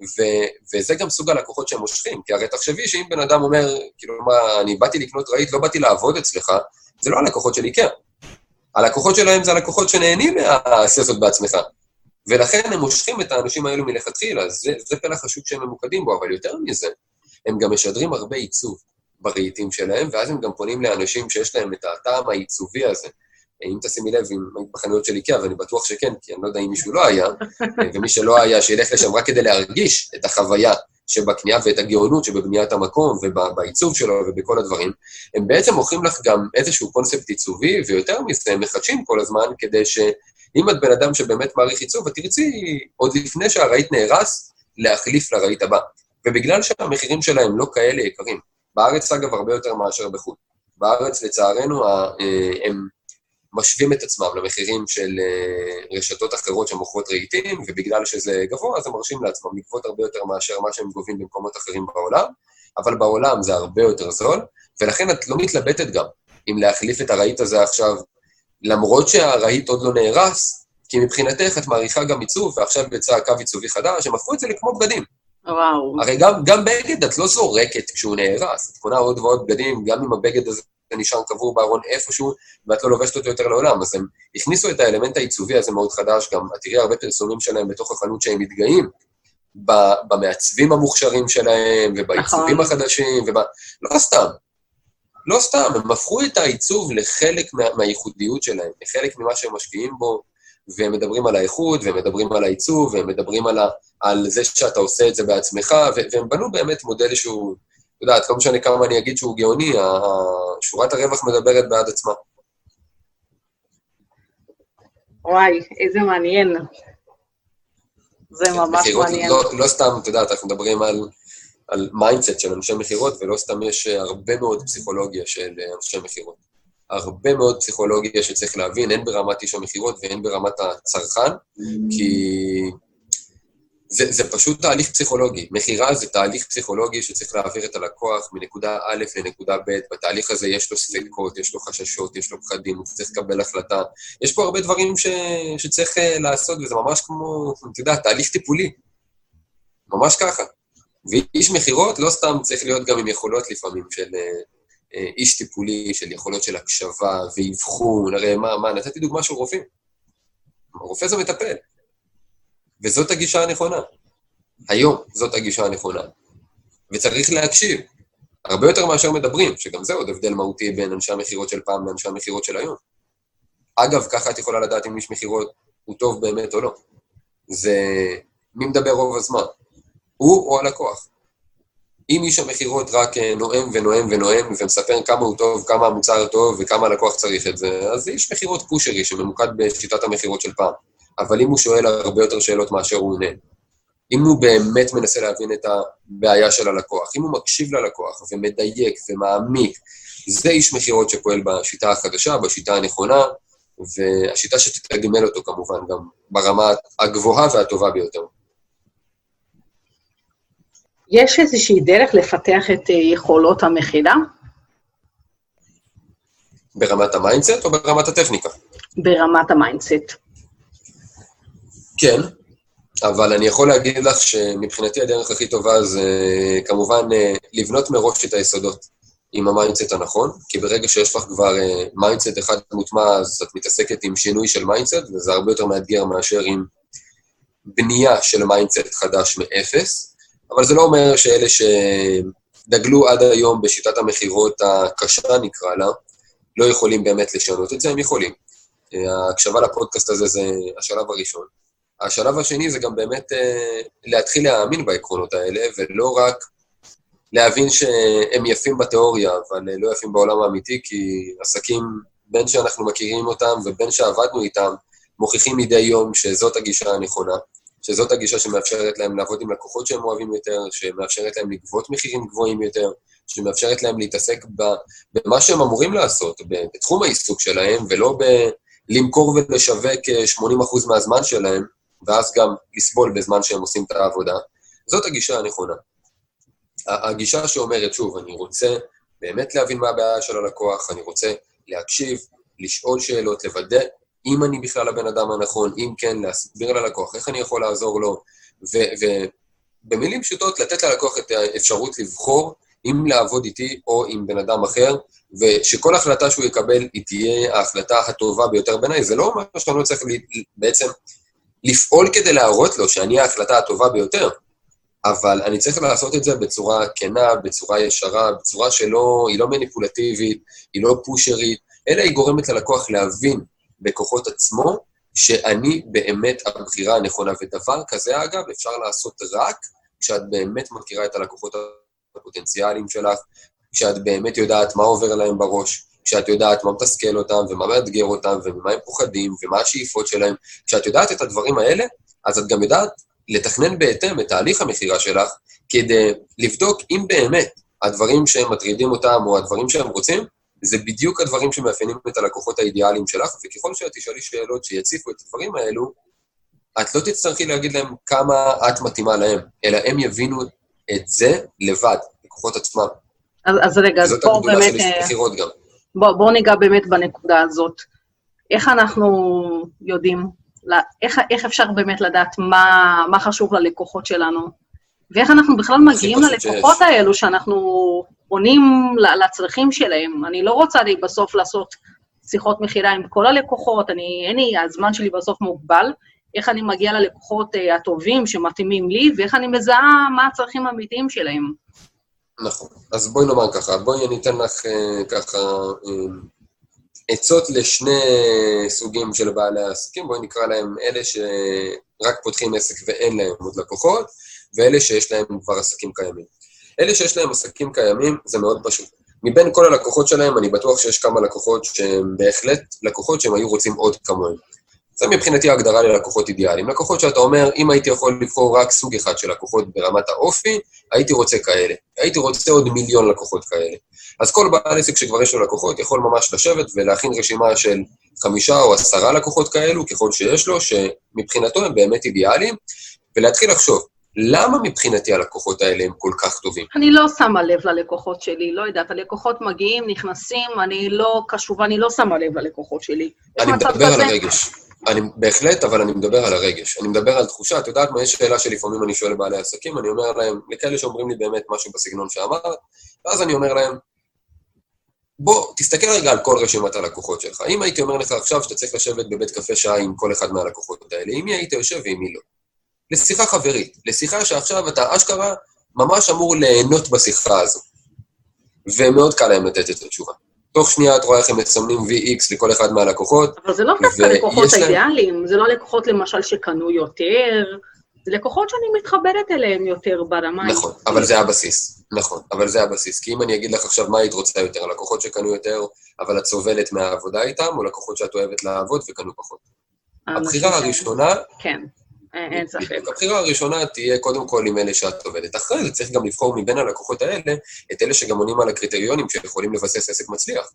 ו- וזה גם סוג הלקוחות שהם מושכים, כי הרי תחשבי שאם בן אדם אומר, כאילו מה, אני באתי לקנות רהיט, לא באתי לעבוד אצלך, זה לא הלקוחות של איקאה. הלקוחות שלהם זה הלקוחות שנהנים מהעשות בעצמך. ולכן הם מושכים את האנשים האלו מלכתחילה, זה, זה פלח השוק שהם ממוקדים בו, אבל יותר מזה, הם גם משדרים הרבה עיצוב ברהיטים שלהם, ואז הם גם פונים לאנשים שיש להם את הטעם העיצובי הזה. אם תשימי לב, בחנויות של איקאה, ואני בטוח שכן, כי אני לא יודע אם מישהו לא היה, ומי שלא היה, שילך לשם רק כדי להרגיש את החוויה שבקנייה ואת הגאונות שבבניית המקום ובעיצוב שלו ובכל הדברים, הם בעצם מוכרים לך גם איזשהו קונספט עיצובי, ויותר מזה, הם מחדשים כל הזמן, כדי שאם את בן אדם שבאמת מעריך עיצוב, את תרצי עוד לפני שהרהיט נהרס, להחליף לרהיט הבא. ובגלל שהמחירים שלהם לא כאלה יקרים, בארץ אגב הרבה יותר מאשר בחו"ל. בארץ לצערנו הם משווים את עצמם למחירים של רשתות אחרות שמוכרות רהיטים, ובגלל שזה גבוה, אז הם מרשים לעצמם לגבות הרבה יותר מאשר מה שהם גובים במקומות אחרים בעולם, אבל בעולם זה הרבה יותר זול, ולכן את לא מתלבטת גם אם להחליף את הרהיט הזה עכשיו, למרות שהרהיט עוד לא נהרס, כי מבחינתך את מעריכה גם עיצוב, ועכשיו יצא קו עיצובי חדש, הם הפכו את זה לכמו בגדים. וואו. הרי גם, גם בגד את לא זורקת כשהוא נהרס, את קונה עוד ועוד בגדים, גם עם הבגד הזה, נשאר קבור בארון איפשהו, ואת לא לובשת אותו יותר לעולם, אז הם הכניסו את האלמנט העיצובי הזה מאוד חדש, גם את תראי הרבה פרסומים שלהם בתוך החנות שהם מתגאים, במעצבים המוכשרים שלהם, ובעיצובים החדשים, ובא... לא סתם, לא סתם, הם הפכו את העיצוב לחלק מה... מהייחודיות שלהם, לחלק ממה שהם משקיעים בו, והם מדברים על האיכות, והם מדברים על העיצוב, והם מדברים על, ה... על זה שאתה עושה את זה בעצמך, ו... והם בנו באמת מודל שהוא... אתה יודעת, לא משנה כמה אני אגיד שהוא גאוני, שורת הרווח מדברת בעד עצמה. וואי, איזה מעניין. זה ממש מעניין. לא, לא סתם, אתה יודעת, אנחנו מדברים על, על מיינדסט של אנשי מחירות, ולא סתם יש הרבה מאוד פסיכולוגיה של אנשי מחירות. הרבה מאוד פסיכולוגיה שצריך להבין, הן ברמת איש המחירות והן ברמת הצרכן, כי... זה, זה פשוט תהליך פסיכולוגי. מחירה זה תהליך פסיכולוגי שצריך להעביר את הלקוח מנקודה א' לנקודה ב'. בתהליך הזה יש לו ספקות, יש לו חששות, יש לו פחדים, הוא צריך לקבל החלטה. יש פה הרבה דברים ש, שצריך לעשות, וזה ממש כמו, אתה יודע, תהליך טיפולי. ממש ככה. ואיש מחירות לא סתם צריך להיות גם עם יכולות לפעמים של איש טיפולי, של יכולות של הקשבה ואבחון. הרי מה, מה, נתתי דוגמה של רופאים. הרופא זה מטפל. וזאת הגישה הנכונה. היום זאת הגישה הנכונה. וצריך להקשיב. הרבה יותר מאשר מדברים, שגם זה עוד הבדל מהותי בין אנשי המחירות של פעם לאנשי המחירות של היום. אגב, ככה את יכולה לדעת אם איש מחירות הוא טוב באמת או לא. זה מי מדבר רוב הזמן. הוא או הלקוח. אם איש המחירות רק נואם ונואם ונואם ומספר כמה הוא טוב, כמה המוצר טוב וכמה הלקוח צריך את זה, אז זה איש מחירות פושרי שממוקד בשיטת המחירות של פעם. אבל אם הוא שואל הרבה יותר שאלות מאשר הוא עונה, אם הוא באמת מנסה להבין את הבעיה של הלקוח, אם הוא מקשיב ללקוח ומדייק ומעמיק, זה איש מחירות שפועל בשיטה החדשה, בשיטה הנכונה, והשיטה שתתגמל אותו כמובן גם ברמה הגבוהה והטובה ביותר. יש איזושהי דרך לפתח את יכולות המכירה? ברמת המיינדסט או ברמת הטכניקה? ברמת המיינדסט. כן, אבל אני יכול להגיד לך שמבחינתי הדרך הכי טובה זה כמובן לבנות מראש את היסודות עם המיינדסט הנכון, כי ברגע שיש לך כבר מיינדסט אחד מוטמע, אז את מתעסקת עם שינוי של מיינדסט, וזה הרבה יותר מאתגר מאשר עם בנייה של מיינדסט חדש מאפס, אבל זה לא אומר שאלה שדגלו עד היום בשיטת המחירות הקשה נקרא לה, לא יכולים באמת לשנות את זה, הם יכולים. ההקשבה לפודקאסט הזה זה השלב הראשון. השלב השני זה גם באמת להתחיל להאמין בעקרונות האלה, ולא רק להבין שהם יפים בתיאוריה, אבל לא יפים בעולם האמיתי, כי עסקים, בין שאנחנו מכירים אותם ובין שעבדנו איתם, מוכיחים מדי יום שזאת הגישה הנכונה, שזאת הגישה שמאפשרת להם לעבוד עם לקוחות שהם אוהבים יותר, שמאפשרת להם לגבות מחירים גבוהים יותר, שמאפשרת להם להתעסק במה שהם אמורים לעשות, בתחום העיסוק שלהם, ולא למכור ולשווק שמונים אחוז מהזמן שלהם, ואז גם לסבול בזמן שהם עושים את העבודה. זאת הגישה הנכונה. הגישה שאומרת, שוב, אני רוצה באמת להבין מה הבעיה של הלקוח, אני רוצה להקשיב, לשאול שאלות, לוודא אם אני בכלל הבן אדם הנכון, אם כן, להסביר ללקוח, איך אני יכול לעזור לו, ובמילים פשוטות, לתת ללקוח את האפשרות לבחור אם לעבוד איתי או עם בן אדם אחר, ושכל החלטה שהוא יקבל היא תהיה ההחלטה הטובה ביותר בעיניי. זה לא אומר שאני לא צריך בעצם לפעול כדי להראות לו שאני ההחלטה הטובה ביותר, אבל אני צריך לעשות את זה בצורה כנה, בצורה ישרה, בצורה שלא, היא לא מניפולטיבית, היא לא פושרית, אלא היא גורמת ללקוח להבין בכוחות עצמו שאני באמת הבחירה הנכונה, ודבר כזה אגב אפשר לעשות רק כשאת באמת מכירה את הלקוחות הפוטנציאליים שלך, כשאת באמת יודעת מה עובר להם בראש, כשאת יודעת מה מתסכל אותם ומה מאתגר אותם ומה הם פוחדים ומה השאיפות שלהם, כשאת יודעת את הדברים האלה, אז את גם יודעת לתכנן בהתאם את תהליך המחירה שלך, כדי לבדוק אם באמת הדברים שהם מטרידים אותם או הדברים שהם רוצים, זה בדיוק הדברים שמאפיינים את הלקוחות האידיאליים שלך, וככל שאת תשאלי שאלות שיציפו את הדברים האלו, את לא תצטרכי להגיד להם כמה את מתאימה להם, אלא הם יבינו את זה לבד, לקוחות עצמם. אז, אז רגע, אז בואו באמת... בואו בוא ניגע באמת בנקודה הזאת. איך אנחנו יודעים, איך, איך אפשר באמת לדעת מה, מה חשוב ללקוחות שלנו, ואיך אנחנו בכלל מגיעים ללקוחות שיש. האלו שאנחנו עונים לצרכים שלהם. אני לא רוצה לי בסוף לעשות שיחות מחירה עם כל הלקוחות, אני, אין לי, הזמן שלי בסוף מוגבל, איך אני מגיע ללקוחות הטובים שמתאימים לי, ואיך אני מזהה מה הצרכים האמיתיים שלהם. נכון. אז בואי נאמר ככה, בואי אני אתן לך ככה עצות לשני סוגים של בעלי העסקים, בואי נקרא להם אלה שרק פותחים עסק ואין להם עוד לקוחות, ואלה שיש להם כבר עסקים קיימים. אלה שיש להם עסקים קיימים זה מאוד פשוט. מבין כל הלקוחות שלהם אני בטוח שיש כמה לקוחות שהם בהחלט לקוחות שהם היו רוצים עוד כמוהם. זה מבחינתי ההגדרה ללקוחות אידיאליים. לקוחות שאתה אומר, אם הייתי יכול לבחור רק סוג אחד של לקוחות ברמת האופי, הייתי רוצה כאלה. הייתי רוצה עוד מיליון לקוחות כאלה. אז כל בעל עסק שכבר יש לו לקוחות יכול ממש לשבת ולהכין רשימה של חמישה או עשרה לקוחות כאלו, ככל שיש לו, שמבחינתו הם באמת אידיאליים, ולהתחיל לחשוב, למה מבחינתי הלקוחות האלה הם כל כך טובים? אני לא שמה לב ללקוחות שלי, לא יודעת, הלקוחות מגיעים, נכנסים, אני לא קשובה, אני לא שמה לב ללקוחות שלי. אני מדבר על הרגש. אני בהחלט, אבל אני מדבר על הרגש. אני מדבר על תחושה, את יודעת מה, יש שאלה שלפעמים אני שואל לבעלי עסקים, אני אומר להם, לכאלה שאומרים לי באמת משהו בסגנון שאמרת, ואז אני אומר להם, בוא, תסתכל רגע על כל רשימת הלקוחות שלך. אם הייתי אומר לך עכשיו שאתה צריך לשבת בבית קפה שעה עם כל אחד מהלקוחות האלה, עם מי היית יושב ועם מי לא? לשיחה חברית, לשיחה שעכשיו אתה אשכרה ממש אמור ליהנות בשיחה הזו. ומאוד קל להם לתת את התשובה. תוך שנייה את רואה איך הם מסמנים וי אקס לכל אחד מהלקוחות. אבל זה לא דווקא לקוחות אידיאליים, זה לא לקוחות למשל שקנו יותר, זה לקוחות שאני מתחברת אליהם יותר ברמה. נכון, אבל זה הבסיס, נכון, אבל זה הבסיס. כי אם אני אגיד לך עכשיו מה היית רוצה יותר, לקוחות שקנו יותר, אבל את סובלת מהעבודה איתם, או לקוחות שאת אוהבת לעבוד וקנו פחות. הבחירה הראשונה... כן. אין ספק. הבחירה הראשונה תהיה קודם כל עם אלה שאת עובדת. אחרי זה צריך גם לבחור מבין הלקוחות האלה את אלה שגם עונים על הקריטריונים שיכולים לבסס עסק מצליח.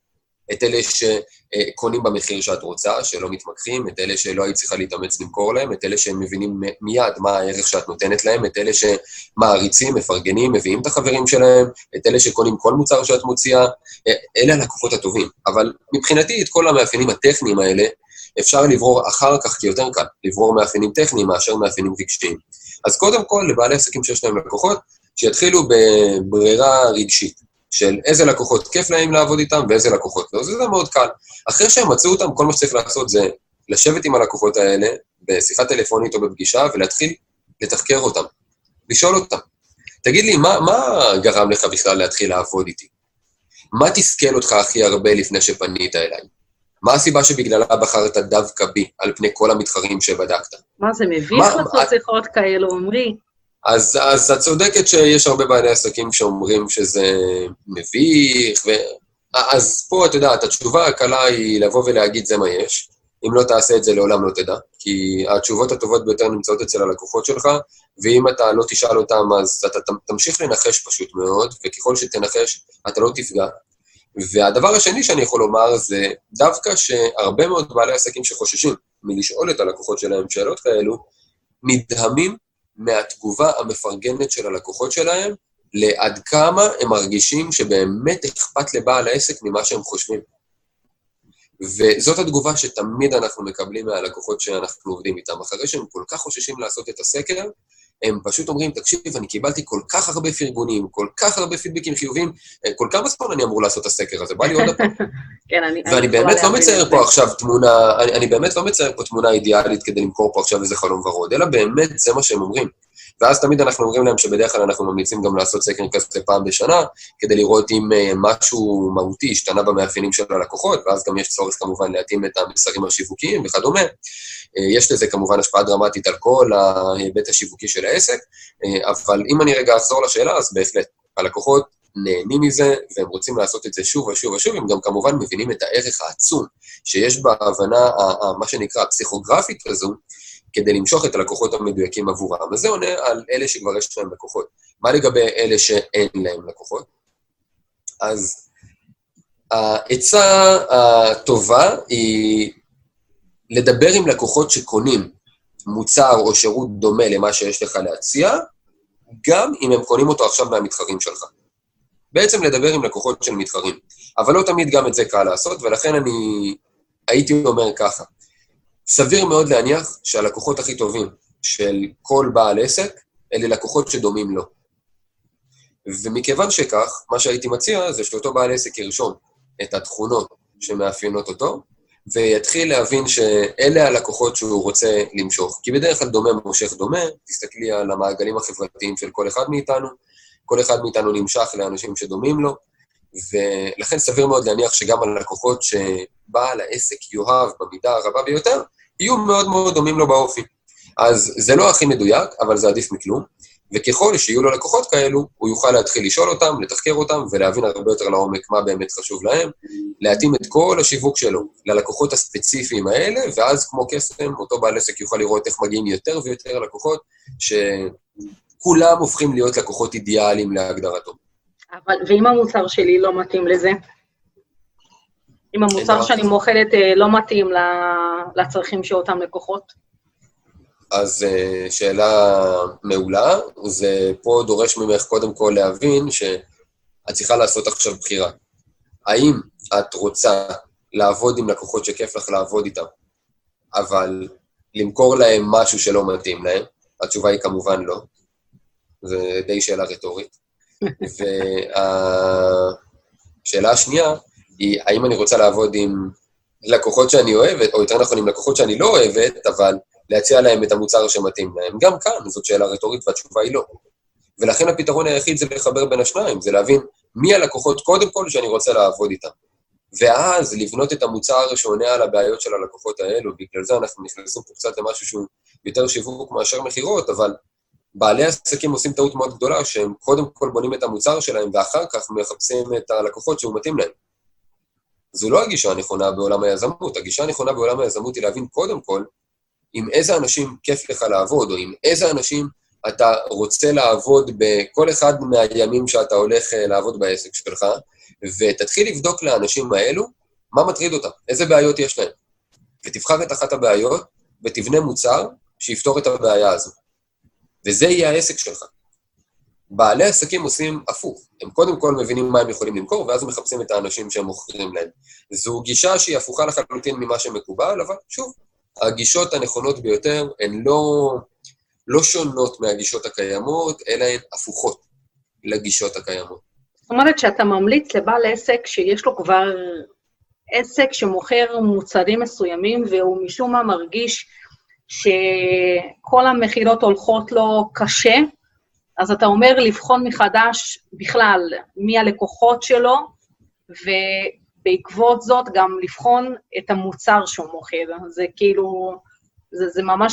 את אלה שקונים במחיר שאת רוצה, שלא מתמקחים, את אלה שלא היית צריכה להתאמץ למכור להם, את אלה שהם מבינים מיד מה הערך שאת נותנת להם, את אלה שמעריצים, מפרגנים, מביאים את החברים שלהם, את אלה שקונים כל מוצר שאת מוציאה, אלה הלקוחות הטובים. אבל מבחינתי, את כל המאפיינים הטכניים האלה, אפשר לברור אחר כך, כי יותר קל, לברור מאפיינים טכניים מאשר מאפיינים רגשיים. אז קודם כל, לבעלי עסקים שיש להם לקוחות, שיתחילו בברירה רגשית, של איזה לקוחות כיף להם לעבוד איתם, ואיזה לקוחות לא. זה מאוד קל. אחרי שהם מצאו אותם, כל מה שצריך לעשות זה לשבת עם הלקוחות האלה, בשיחה טלפונית או בפגישה, ולהתחיל לתחקר אותם, לשאול אותם. תגיד לי, מה, מה גרם לך בכלל להתחיל לעבוד איתי? מה תסכל אותך הכי הרבה לפני שפנית אליי? מה הסיבה שבגללה בחרת דווקא בי, על פני כל המתחרים שבדקת? מה זה מביך לעשות שיחות כאלו, עמרי? אז, אז את צודקת שיש הרבה בעלי עסקים שאומרים שזה מביך, ו... אז פה, אתה יודע, התשובה הקלה היא לבוא ולהגיד זה מה יש. אם לא תעשה את זה, לעולם לא תדע, כי התשובות הטובות ביותר נמצאות אצל הלקוחות שלך, ואם אתה לא תשאל אותם, אז אתה תמשיך לנחש פשוט מאוד, וככל שתנחש, אתה לא תפגע. והדבר השני שאני יכול לומר זה דווקא שהרבה מאוד בעלי עסקים שחוששים מלשאול את הלקוחות שלהם שאלות כאלו, נדהמים מהתגובה המפרגנת של הלקוחות שלהם, לעד כמה הם מרגישים שבאמת אכפת לבעל העסק ממה שהם חושבים. וזאת התגובה שתמיד אנחנו מקבלים מהלקוחות שאנחנו עובדים איתם. אחרי שהם כל כך חוששים לעשות את הסקר, הם פשוט אומרים, תקשיב, אני קיבלתי כל כך הרבה פרגונים, כל כך הרבה פידבקים חיוביים, כל כמה זמן אני אמור לעשות את הסקר הזה, בא לי עוד הפעם. ואני באמת לא מצייר פה עכשיו תמונה, אני באמת לא מצייר פה תמונה אידיאלית כדי למכור פה עכשיו איזה חלום ורוד, אלא באמת זה מה שהם אומרים. ואז תמיד אנחנו אומרים להם שבדרך כלל אנחנו ממליצים גם לעשות סקר כזה פעם בשנה, כדי לראות אם משהו מהותי השתנה במאפיינים של הלקוחות, ואז גם יש צורך כמובן להתאים את המסרים השיווקיים וכדומה. יש לזה כמובן השפעה דרמטית על כל ההיבט השיווקי של העסק, אבל אם אני רגע אחזור לשאלה, אז בהחלט, הלקוחות נהנים מזה, והם רוצים לעשות את זה שוב ושוב ושוב, הם גם כמובן מבינים את הערך העצום, שיש בהבנה, מה שנקרא, הפסיכוגרפית הזו, כדי למשוך את הלקוחות המדויקים עבורם. וזה עונה על אלה שכבר יש להם לקוחות. מה לגבי אלה שאין להם לקוחות? אז העצה הטובה היא לדבר עם לקוחות שקונים מוצר או שירות דומה למה שיש לך להציע, גם אם הם קונים אותו עכשיו מהמתחרים שלך. בעצם לדבר עם לקוחות של מתחרים. אבל לא תמיד גם את זה קל לעשות, ולכן אני הייתי אומר ככה. סביר מאוד להניח שהלקוחות הכי טובים של כל בעל עסק, אלה לקוחות שדומים לו. ומכיוון שכך, מה שהייתי מציע זה שאותו בעל עסק ירשום את התכונות שמאפיינות אותו, ויתחיל להבין שאלה הלקוחות שהוא רוצה למשוך. כי בדרך כלל דומה מושך דומה, תסתכלי על המעגלים החברתיים של כל אחד מאיתנו, כל אחד מאיתנו נמשך לאנשים שדומים לו, ולכן סביר מאוד להניח שגם הלקוחות שבעל העסק יאהב במידה הרבה ביותר, יהיו מאוד מאוד דומים לו באופי. אז זה לא הכי מדויק, אבל זה עדיף מכלום, וככל שיהיו לו לקוחות כאלו, הוא יוכל להתחיל לשאול אותם, לתחקר אותם, ולהבין הרבה יותר לעומק מה באמת חשוב להם, להתאים את כל השיווק שלו ללקוחות הספציפיים האלה, ואז כמו קסם, אותו בעל עסק יוכל לראות איך מגיעים יותר ויותר לקוחות, שכולם הופכים להיות לקוחות אידיאליים להגדרתו. אבל, ואם המוצר שלי לא מתאים לזה? אם המוצר שאני מוכלת לא מתאים לצרכים של אותם לקוחות? אז שאלה מעולה, זה פה דורש ממך קודם כל להבין שאת צריכה לעשות עכשיו בחירה. האם את רוצה לעבוד עם לקוחות שכיף לך לעבוד איתם, אבל למכור להם משהו שלא מתאים להם? התשובה היא כמובן לא. זה די שאלה רטורית. והשאלה השנייה היא, האם אני רוצה לעבוד עם לקוחות שאני אוהבת, או יותר נכון עם לקוחות שאני לא אוהבת, אבל להציע להם את המוצר שמתאים להם. גם כאן זאת שאלה רטורית והתשובה היא לא. ולכן הפתרון היחיד זה לחבר בין השניים, זה להבין מי הלקוחות קודם כל שאני רוצה לעבוד איתם. ואז לבנות את המוצר שעונה על הבעיות של הלקוחות האלו, בגלל זה אנחנו נכנסים פה קצת למשהו שהוא יותר שיווק מאשר מחירות, אבל בעלי עסקים עושים טעות מאוד גדולה, שהם קודם כל בונים את המוצר שלהם, ואחר כך מחפשים את הלקוחות שהוא מתאים להם. זו לא הגישה הנכונה בעולם היזמות. הגישה הנכונה בעולם היזמות היא להבין קודם כל, עם איזה אנשים כיף לך לעבוד, או עם איזה אנשים אתה רוצה לעבוד בכל אחד מהימים שאתה הולך לעבוד בעסק שלך, ותתחיל לבדוק לאנשים האלו, מה מטריד אותם? איזה בעיות יש להם? ותבחר את אחת הבעיות, ותבנה מוצר שיפתור את הבעיה הזו. וזה יהיה העסק שלך. בעלי עסקים עושים הפוך. הם קודם כל מבינים מה הם יכולים למכור, ואז מחפשים את האנשים שהם מוכרים להם. זו גישה שהיא הפוכה לחלוטין ממה שמקובל, אבל שוב, הגישות הנכונות ביותר הן לא, לא שונות מהגישות הקיימות, אלא הן הפוכות לגישות הקיימות. זאת אומרת שאתה ממליץ לבעל עסק שיש לו כבר עסק שמוכר מוצרים מסוימים, והוא משום מה מרגיש שכל המחירות הולכות לו קשה, אז אתה אומר לבחון מחדש בכלל מי הלקוחות שלו, ובעקבות זאת גם לבחון את המוצר שהוא מוכר. זה כאילו, זה, זה ממש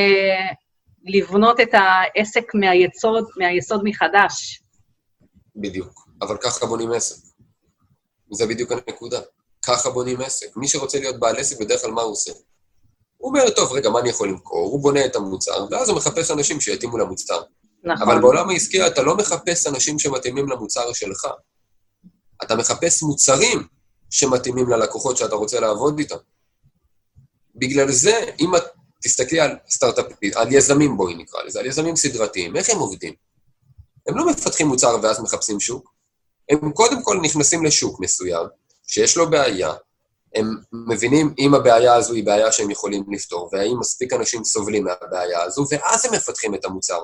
לבנות את העסק מהיסוד, מהיסוד מחדש. בדיוק, אבל ככה בונים עסק. זה בדיוק הנקודה. ככה בונים עסק. מי שרוצה להיות בעל עסק, בדרך כלל מה הוא עושה? הוא אומר, טוב, רגע, מה אני יכול למכור? הוא בונה את המוצר, ואז הוא מחפש אנשים שיתאימו למוצר. נכון. אבל בעולם העסקי אתה לא מחפש אנשים שמתאימים למוצר שלך. אתה מחפש מוצרים שמתאימים ללקוחות שאתה רוצה לעבוד איתם. בגלל זה, אם את תסתכלי על סטארט-אפים, על יזמים בואי נקרא לזה, על יזמים סדרתיים, איך הם עובדים? הם לא מפתחים מוצר ואז מחפשים שוק. הם קודם כל נכנסים לשוק מסוים, שיש לו בעיה, הם מבינים אם הבעיה הזו היא בעיה שהם יכולים לפתור, והאם מספיק אנשים סובלים מהבעיה הזו, ואז הם מפתחים את המוצר.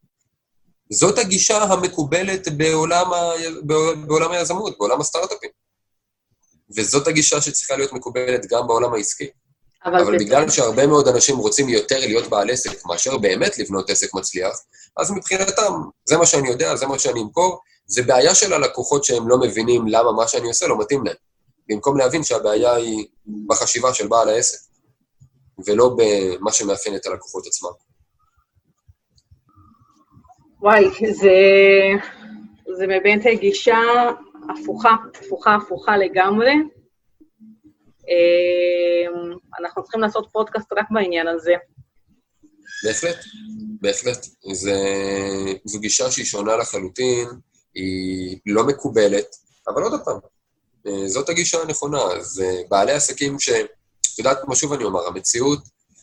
זאת הגישה המקובלת בעולם, ה... בעולם היזמות, בעולם הסטארט-אפים. וזאת הגישה שצריכה להיות מקובלת גם בעולם העסקי. אבל, אבל בגלל שהרבה מאוד אנשים רוצים יותר להיות בעל עסק, מאשר באמת לבנות עסק מצליח, אז מבחינתם, זה מה שאני יודע, זה מה שאני אמכור, זה בעיה של הלקוחות שהם לא מבינים למה מה שאני עושה לא מתאים להם. במקום להבין שהבעיה היא בחשיבה של בעל העסק, ולא במה שמאפיין את הלקוחות עצמם. וואי, זה, זה באמת גישה הפוכה, הפוכה, הפוכה לגמרי. אנחנו צריכים לעשות פודקאסט רק בעניין הזה. בהחלט, בהחלט. זה, זו גישה שהיא שונה לחלוטין, היא לא מקובלת, אבל עוד פעם, זאת הגישה הנכונה. אז בעלי עסקים ש... את יודעת, כמו שוב אני אומר, המציאות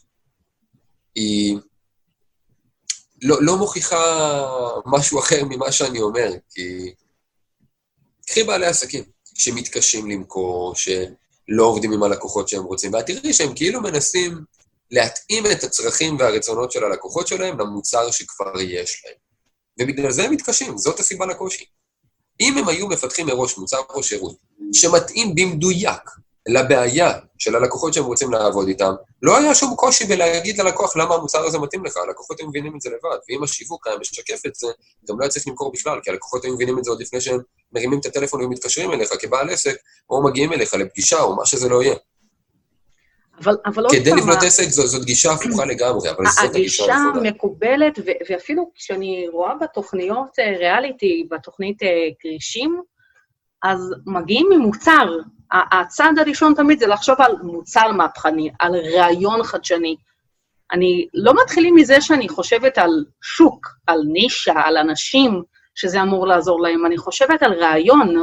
היא לא, לא מוכיחה משהו אחר ממה שאני אומר, כי קחי בעלי עסקים שמתקשים למכור, שלא עובדים עם הלקוחות שהם רוצים, ואת תראי שהם כאילו מנסים להתאים את הצרכים והרצונות של הלקוחות שלהם למוצר שכבר יש להם. ובגלל זה הם מתקשים, זאת הסיבה לקושי. אם הם היו מפתחים מראש מוצר או שירות, שמתאים במדויק לבעיה של הלקוחות שהם רוצים לעבוד איתם, לא היה שום קושי בלהגיד ללקוח למה המוצר הזה מתאים לך, הלקוחות הם מבינים את זה לבד, ואם השיווק היה משקף את זה, גם לא היה צריך למכור בכלל, כי הלקוחות הם מבינים את זה עוד לפני שהם מרימים את הטלפון ומתקשרים אליך כבעל עסק, או מגיעים אליך לפגישה, או מה שזה לא יהיה. אבל, אבל כדי לבנות עסק, זו, זאת גישה הפוכה לגמרי, אבל זאת הגישה הגישה מקובלת, ו- ואפילו כשאני רואה בתוכניות ריאליטי, בתוכנית קרישים, אז מגיעים ממוצר. הצעד הראשון תמיד זה לחשוב על מוצר מהפכני, על רעיון חדשני. אני לא מתחילים מזה שאני חושבת על שוק, על נישה, על אנשים, שזה אמור לעזור להם. אני חושבת על רעיון.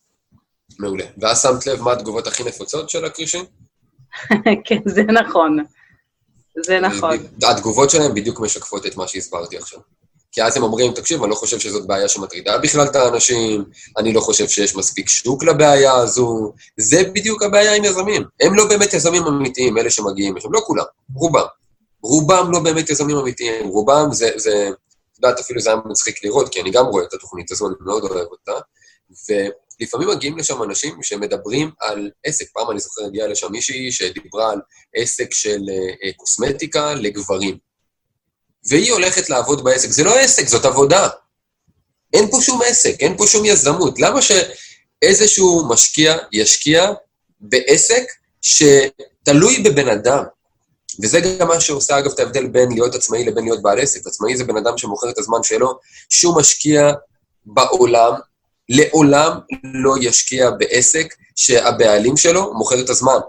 מעולה. ואז שמת לב מה התגובות הכי נפוצות של הקרישים? כן, זה נכון. זה נכון. התגובות שלהם בדיוק משקפות את מה שהסברתי עכשיו. כי אז הם אומרים, תקשיב, אני לא חושב שזאת בעיה שמטרידה בכלל את האנשים, אני לא חושב שיש מספיק שוק לבעיה הזו, זה בדיוק הבעיה עם יזמים. הם לא באמת יזמים אמיתיים, אלה שמגיעים, הם לא כולם, רובם. רובם לא באמת יזמים אמיתיים, רובם זה, זה, יודעת, אפילו זה היה מצחיק לראות, כי אני גם רואה את התוכנית הזו, אני מאוד אוהב אותה, ולפעמים מגיעים לשם אנשים שמדברים על עסק, פעם אני זוכר, הגיעה לשם מישהי שדיברה על עסק של אה, קוסמטיקה לגברים. והיא הולכת לעבוד בעסק. זה לא עסק, זאת עבודה. אין פה שום עסק, אין פה שום יזמות. למה שאיזשהו משקיע ישקיע בעסק שתלוי בבן אדם? וזה גם מה שעושה, אגב, את ההבדל בין להיות עצמאי לבין להיות בעל עסק. עצמאי זה בן אדם שמוכר את הזמן שלו, שום משקיע בעולם, לעולם לא ישקיע בעסק שהבעלים שלו מוכר את הזמן.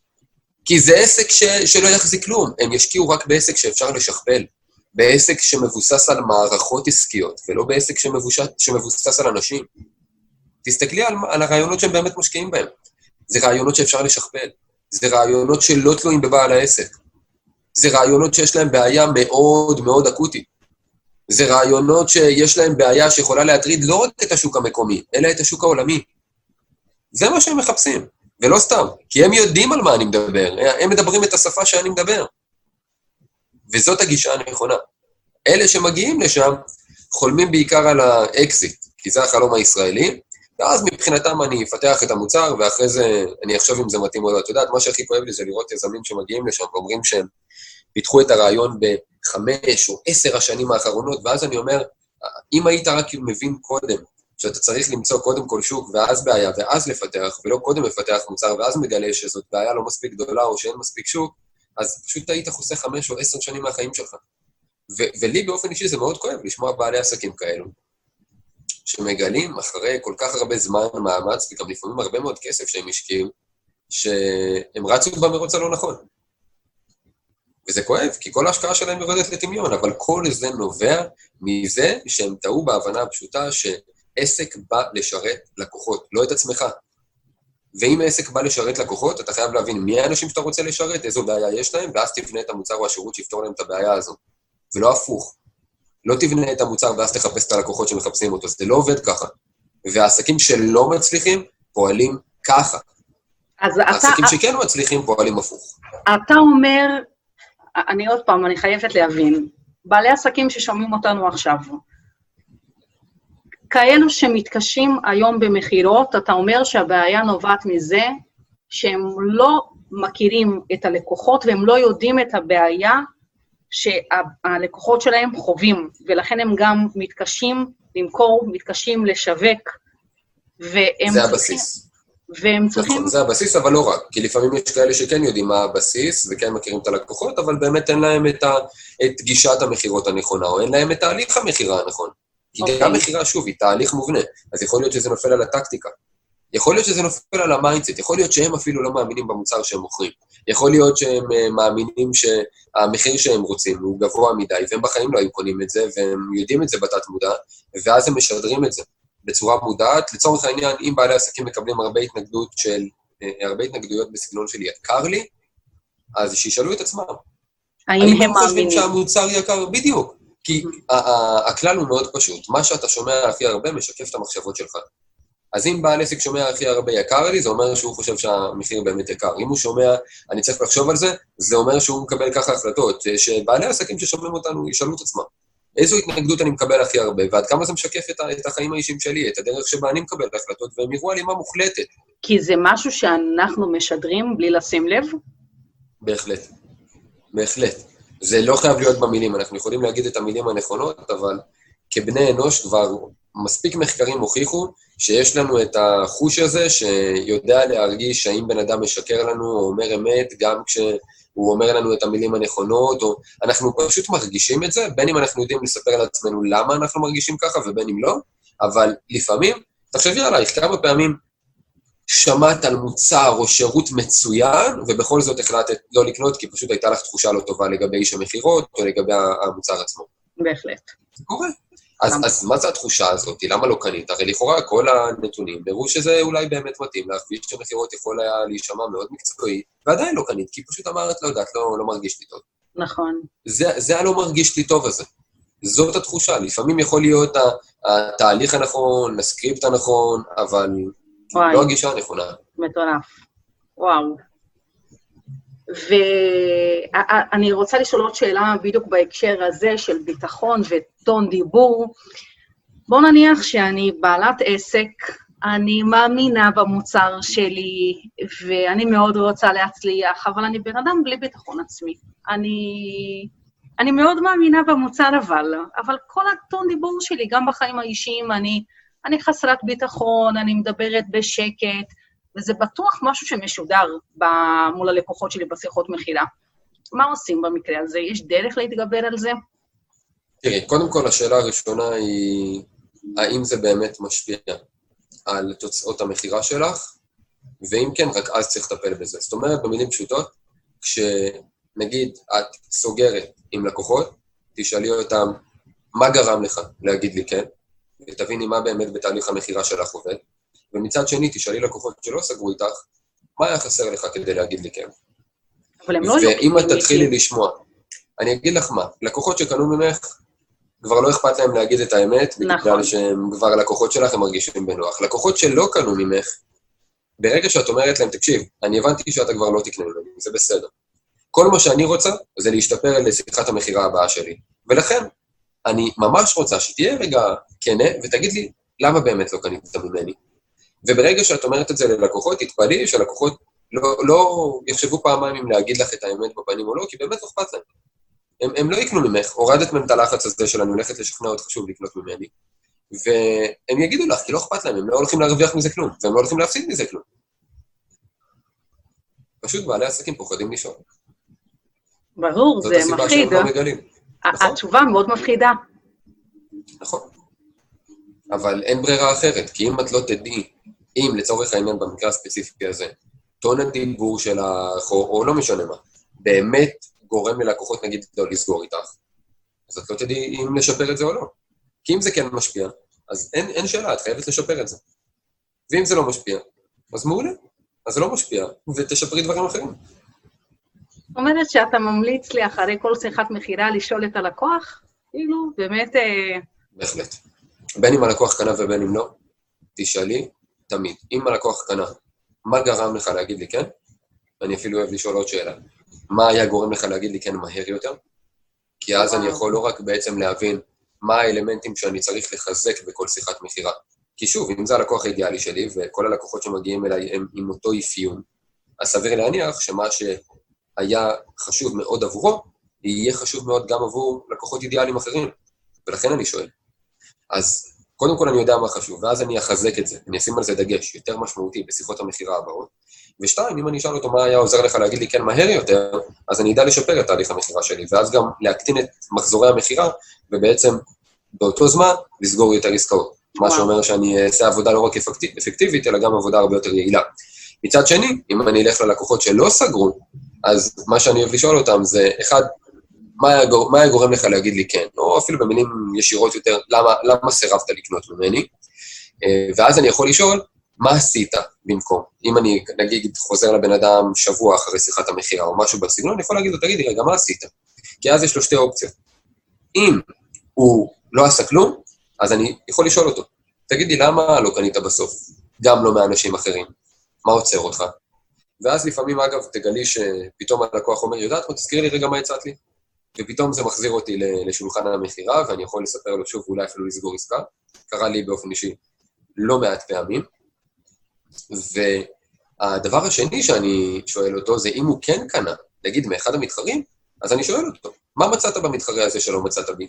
כי זה עסק ש... שלא יחזיק כלום. הם ישקיעו רק בעסק שאפשר לשכפל. בעסק שמבוסס על מערכות עסקיות, ולא בעסק שמבוסס, שמבוסס על אנשים. תסתכלי על, על הרעיונות שהם באמת משקיעים בהם. זה רעיונות שאפשר לשכפל, זה רעיונות שלא תלויים בבעל העסק, זה רעיונות שיש להם בעיה מאוד מאוד אקוטית, זה רעיונות שיש להם בעיה שיכולה להטריד לא רק את השוק המקומי, אלא את השוק העולמי. זה מה שהם מחפשים, ולא סתם, כי הם יודעים על מה אני מדבר, הם מדברים את השפה שאני מדבר. וזאת הגישה הנכונה. אלה שמגיעים לשם, חולמים בעיקר על האקזיט, כי זה החלום הישראלי, ואז מבחינתם אני אפתח את המוצר, ואחרי זה אני אחשוב אם זה מתאים או לא. את יודעת, מה שהכי כואב לי זה לראות יזמים שמגיעים לשם, ואומרים שהם פיתחו את הרעיון בחמש או עשר השנים האחרונות, ואז אני אומר, אם היית רק מבין קודם, שאתה צריך למצוא קודם כל שוק, ואז בעיה, ואז לפתח, ולא קודם לפתח מוצר, ואז מגלה שזאת בעיה לא מספיק גדולה, או שאין מספיק שוק, אז פשוט היית חוסך חמש או עשר שנים מהחיים שלך. ו- ולי באופן אישי זה מאוד כואב לשמוע בעלי עסקים כאלו, שמגלים אחרי כל כך הרבה זמן מאמץ, וגם לפעמים הרבה מאוד כסף שהם השקיעו, שהם רצו במרוץ הלא נכון. וזה כואב, כי כל ההשקעה שלהם יורדת לטמיון, אבל כל זה נובע מזה שהם טעו בהבנה הפשוטה שעסק בא לשרת לקוחות, לא את עצמך. ואם העסק בא לשרת לקוחות, אתה חייב להבין מי האנשים שאתה רוצה לשרת, איזו בעיה יש להם, ואז תבנה את המוצר או השירות שיפתור להם את הבעיה הזו. ולא הפוך. לא תבנה את המוצר ואז תחפש את הלקוחות שמחפשים אותו, זה לא עובד ככה. והעסקים שלא מצליחים פועלים ככה. אז העסקים אתה, שכן מצליחים פועלים הפוך. אתה אומר, אני עוד פעם, אני חייבת להבין, בעלי עסקים ששומעים אותנו עכשיו, כאלו שמתקשים היום במחירות, אתה אומר שהבעיה נובעת מזה שהם לא מכירים את הלקוחות, והם לא יודעים את הבעיה שהלקוחות שלהם חווים, ולכן הם גם מתקשים למכור, מתקשים לשווק, והם זה הבסיס. והם צריכים... נכון, זה הבסיס, אבל לא רק, כי לפעמים יש כאלה שכן יודעים מה הבסיס, וכן מכירים את הלקוחות, אבל באמת אין להם את, ה... את גישת המחירות הנכונה, או אין להם את תהליך המחירה הנכון. כי okay. גם מחירה, שוב, היא תהליך מובנה, אז יכול להיות שזה נופל על הטקטיקה. יכול להיות שזה נופל על המיינדסט, יכול להיות שהם אפילו לא מאמינים במוצר שהם מוכרים. יכול להיות שהם מאמינים שהמחיר שהם רוצים הוא גבוה מדי, והם בחיים לא היו קונים את זה, והם יודעים את זה בתת מודע, ואז הם משדרים את זה בצורה מודעת. לצורך העניין, אם בעלי עסקים מקבלים הרבה התנגדות של, הרבה התנגדויות בסגנון של יקר לי, אז שישאלו את עצמם. האם הם הם חושבים שהמוצר יקר? בדיוק. כי הכלל הוא מאוד פשוט. מה שאתה שומע הכי הרבה משקף את המחשבות שלך. אז אם בעל עסק שומע הכי הרבה יקר לי, זה אומר שהוא חושב שהמחיר באמת יקר. אם הוא שומע, אני צריך לחשוב על זה, זה אומר שהוא מקבל ככה החלטות, שבעלי עסקים ששומעים אותנו ישאלו את עצמם. איזו התנגדות אני מקבל הכי הרבה, ועד כמה זה משקף את החיים האישיים שלי, את הדרך שבה אני מקבל את ההחלטות, והם יראו על אימה מוחלטת. כי זה משהו שאנחנו משדרים בלי לשים לב? בהחלט. בהחלט. זה לא חייב להיות במילים, אנחנו יכולים להגיד את המילים הנכונות, אבל כבני אנוש כבר מספיק מחקרים הוכיחו שיש לנו את החוש הזה שיודע להרגיש האם בן אדם משקר לנו או אומר אמת, גם כשהוא אומר לנו את המילים הנכונות, או אנחנו פשוט מרגישים את זה, בין אם אנחנו יודעים לספר לעצמנו למה אנחנו מרגישים ככה ובין אם לא, אבל לפעמים, תחשבי עלייך, כמה פעמים שמעת על מוצר או שירות מצוין, ובכל זאת החלטת לא לקנות, כי פשוט הייתה לך תחושה לא טובה לגבי איש המחירות או לגבי המוצר עצמו. בהחלט. זה קורה. אז, אז מה זה התחושה הזאת? למה לא קנית? הרי לכאורה כל הנתונים הראו שזה אולי באמת מתאים לך, ואיש המחירות יכול היה להישמע מאוד מקצועי, ועדיין לא קנית, כי פשוט אמרת, לא יודעת, לא, לא מרגיש לי טוב. נכון. זה, זה הלא מרגיש לי טוב הזה. זאת התחושה. לפעמים יכול להיות התהליך הנכון, הסקריפט הנכון, אבל וואי. לא הגישה הנכונה. מטורף. וואו. ואני רוצה לשאול עוד שאלה בדיוק בהקשר הזה של ביטחון וטון דיבור. בוא נניח שאני בעלת עסק, אני מאמינה במוצר שלי, ואני מאוד רוצה להצליח, אבל אני בן אדם בלי ביטחון עצמי. אני, אני מאוד מאמינה במוצר אבל, אבל כל הטון דיבור שלי, גם בחיים האישיים, אני, אני חסרת ביטחון, אני מדברת בשקט, וזה בטוח משהו שמשודר מול הלקוחות שלי בשיחות מחירה. מה עושים במקרה הזה? יש דרך להתגבר על זה? תראי, קודם כל השאלה הראשונה היא, האם זה באמת משפיע על תוצאות המחירה שלך, ואם כן, רק אז צריך לטפל בזה. זאת אומרת, במילים פשוטות, כשנגיד את סוגרת עם לקוחות, תשאלי אותם, מה גרם לך להגיד לי כן, ותביני מה באמת בתהליך המחירה שלך עובד, ומצד שני, תשאלי לקוחות שלא סגרו איתך, מה היה חסר לך כדי להגיד לי כן? אבל הם לא... ואם את תתחילי לשמוע, אני אגיד לך מה, לקוחות שקנו ממך, כבר לא אכפת להם להגיד את האמת, בגלל שהם כבר לקוחות שלך, הם מרגישים בנוח. לקוחות שלא קנו ממך, ברגע שאת אומרת להם, תקשיב, אני הבנתי שאתה כבר לא תקנה ממני, זה בסדר. כל מה שאני רוצה, זה להשתפר לשיחת המחירה הבאה שלי. ולכן, אני ממש רוצה שתהיה רגע כנה, ותגיד לי, למה באמת לא קנית ממני? וברגע שאת אומרת את זה ללקוחות, תתפלאי שלקוחות לא, לא יחשבו פעמיים אם להגיד לך את האמת בפנים או לא, כי באמת לא אכפת להם. הם, הם לא יקנו ממך, הורדת מהם את הלחץ הזה של אני הולכת לשכנע עוד חשוב לקנות ממני, והם יגידו לך, כי לא אכפת להם, הם לא הולכים להרוויח מזה כלום, והם לא הולכים להפסיד מזה כלום. פשוט בעלי עסקים פוחדים לשאול. ברור, זה מפחיד. זאת הסיבה שהם לא מגלים. התשובה מאוד מפחידה. נכון. אבל אין ברירה אחרת, כי אם את לא תדעי, אם לצורך העניין במקרה הספציפי הזה, טון הדיבור שלך, או, או לא משנה מה, באמת גורם ללקוחות נגיד לא לסגור איתך, אז את לא תדעי אם לשפר את זה או לא. כי אם זה כן משפיע, אז אין, אין שאלה, את חייבת לשפר את זה. ואם זה לא משפיע, אז מעולה, אז זה לא משפיע, ותשפרי דברים אחרים. זאת אומרת שאתה ממליץ לי אחרי כל שיחת מחירה לשאול את הלקוח? כאילו, באמת... בהחלט. בין אם הלקוח קנה ובין אם לא, תשאלי תמיד. אם הלקוח קנה, מה גרם לך להגיד לי כן? אני אפילו אוהב לשאול עוד שאלה. מה היה גורם לך להגיד לי כן מהר יותר? כי אז אני יכול לא רק בעצם להבין מה האלמנטים שאני צריך לחזק בכל שיחת מחירה. כי שוב, אם זה הלקוח האידיאלי שלי, וכל הלקוחות שמגיעים אליי הם עם אותו אפיון, אז סביר להניח שמה שהיה חשוב מאוד עבורו, יהיה חשוב מאוד גם עבור לקוחות אידיאליים אחרים. ולכן אני שואל. אז קודם כל אני יודע מה חשוב, ואז אני אחזק את זה, אני אשים על זה דגש יותר משמעותי בשיחות המחירה הבאות. ושתיים, אם אני אשאל אותו מה היה עוזר לך להגיד לי כן מהר יותר, אז אני אדע לשפר את תהליך המחירה שלי, ואז גם להקטין את מחזורי המחירה, ובעצם באותו זמן לסגור יותר עסקאות. מה שאומר שאני אעשה עבודה לא רק אפקטיבית, אלא גם עבודה הרבה יותר יעילה. מצד שני, אם אני אלך ללקוחות שלא סגרו, אז מה שאני אוהב לשאול אותם זה, אחד, מה היה, מה היה גורם לך להגיד לי כן, או אפילו במילים ישירות יותר, למה, למה סירבת לקנות ממני? ואז אני יכול לשאול, מה עשית במקום? אם אני, נגיד, חוזר לבן אדם שבוע אחרי שיחת המחירה, או משהו בסגנון, אני יכול להגיד לו, תגידי, רגע, מה עשית? כי אז יש לו שתי אופציות. אם הוא לא עשה כלום, אז אני יכול לשאול אותו, תגידי, למה לא קנית בסוף? גם לא מאנשים אחרים. מה עוצר אותך? ואז לפעמים, אגב, תגלי שפתאום הלקוח אומר, יודעת מה, תזכיר לי רגע מה הצעת לי? ופתאום זה מחזיר אותי לשולחן המחירה, ואני יכול לספר לו שוב, ואולי אפילו לסגור עסקה. קרה לי באופן אישי לא מעט פעמים. והדבר השני שאני שואל אותו, זה אם הוא כן קנה, נגיד מאחד המתחרים, אז אני שואל אותו, מה מצאת במתחרה הזה שלא מצאת בי?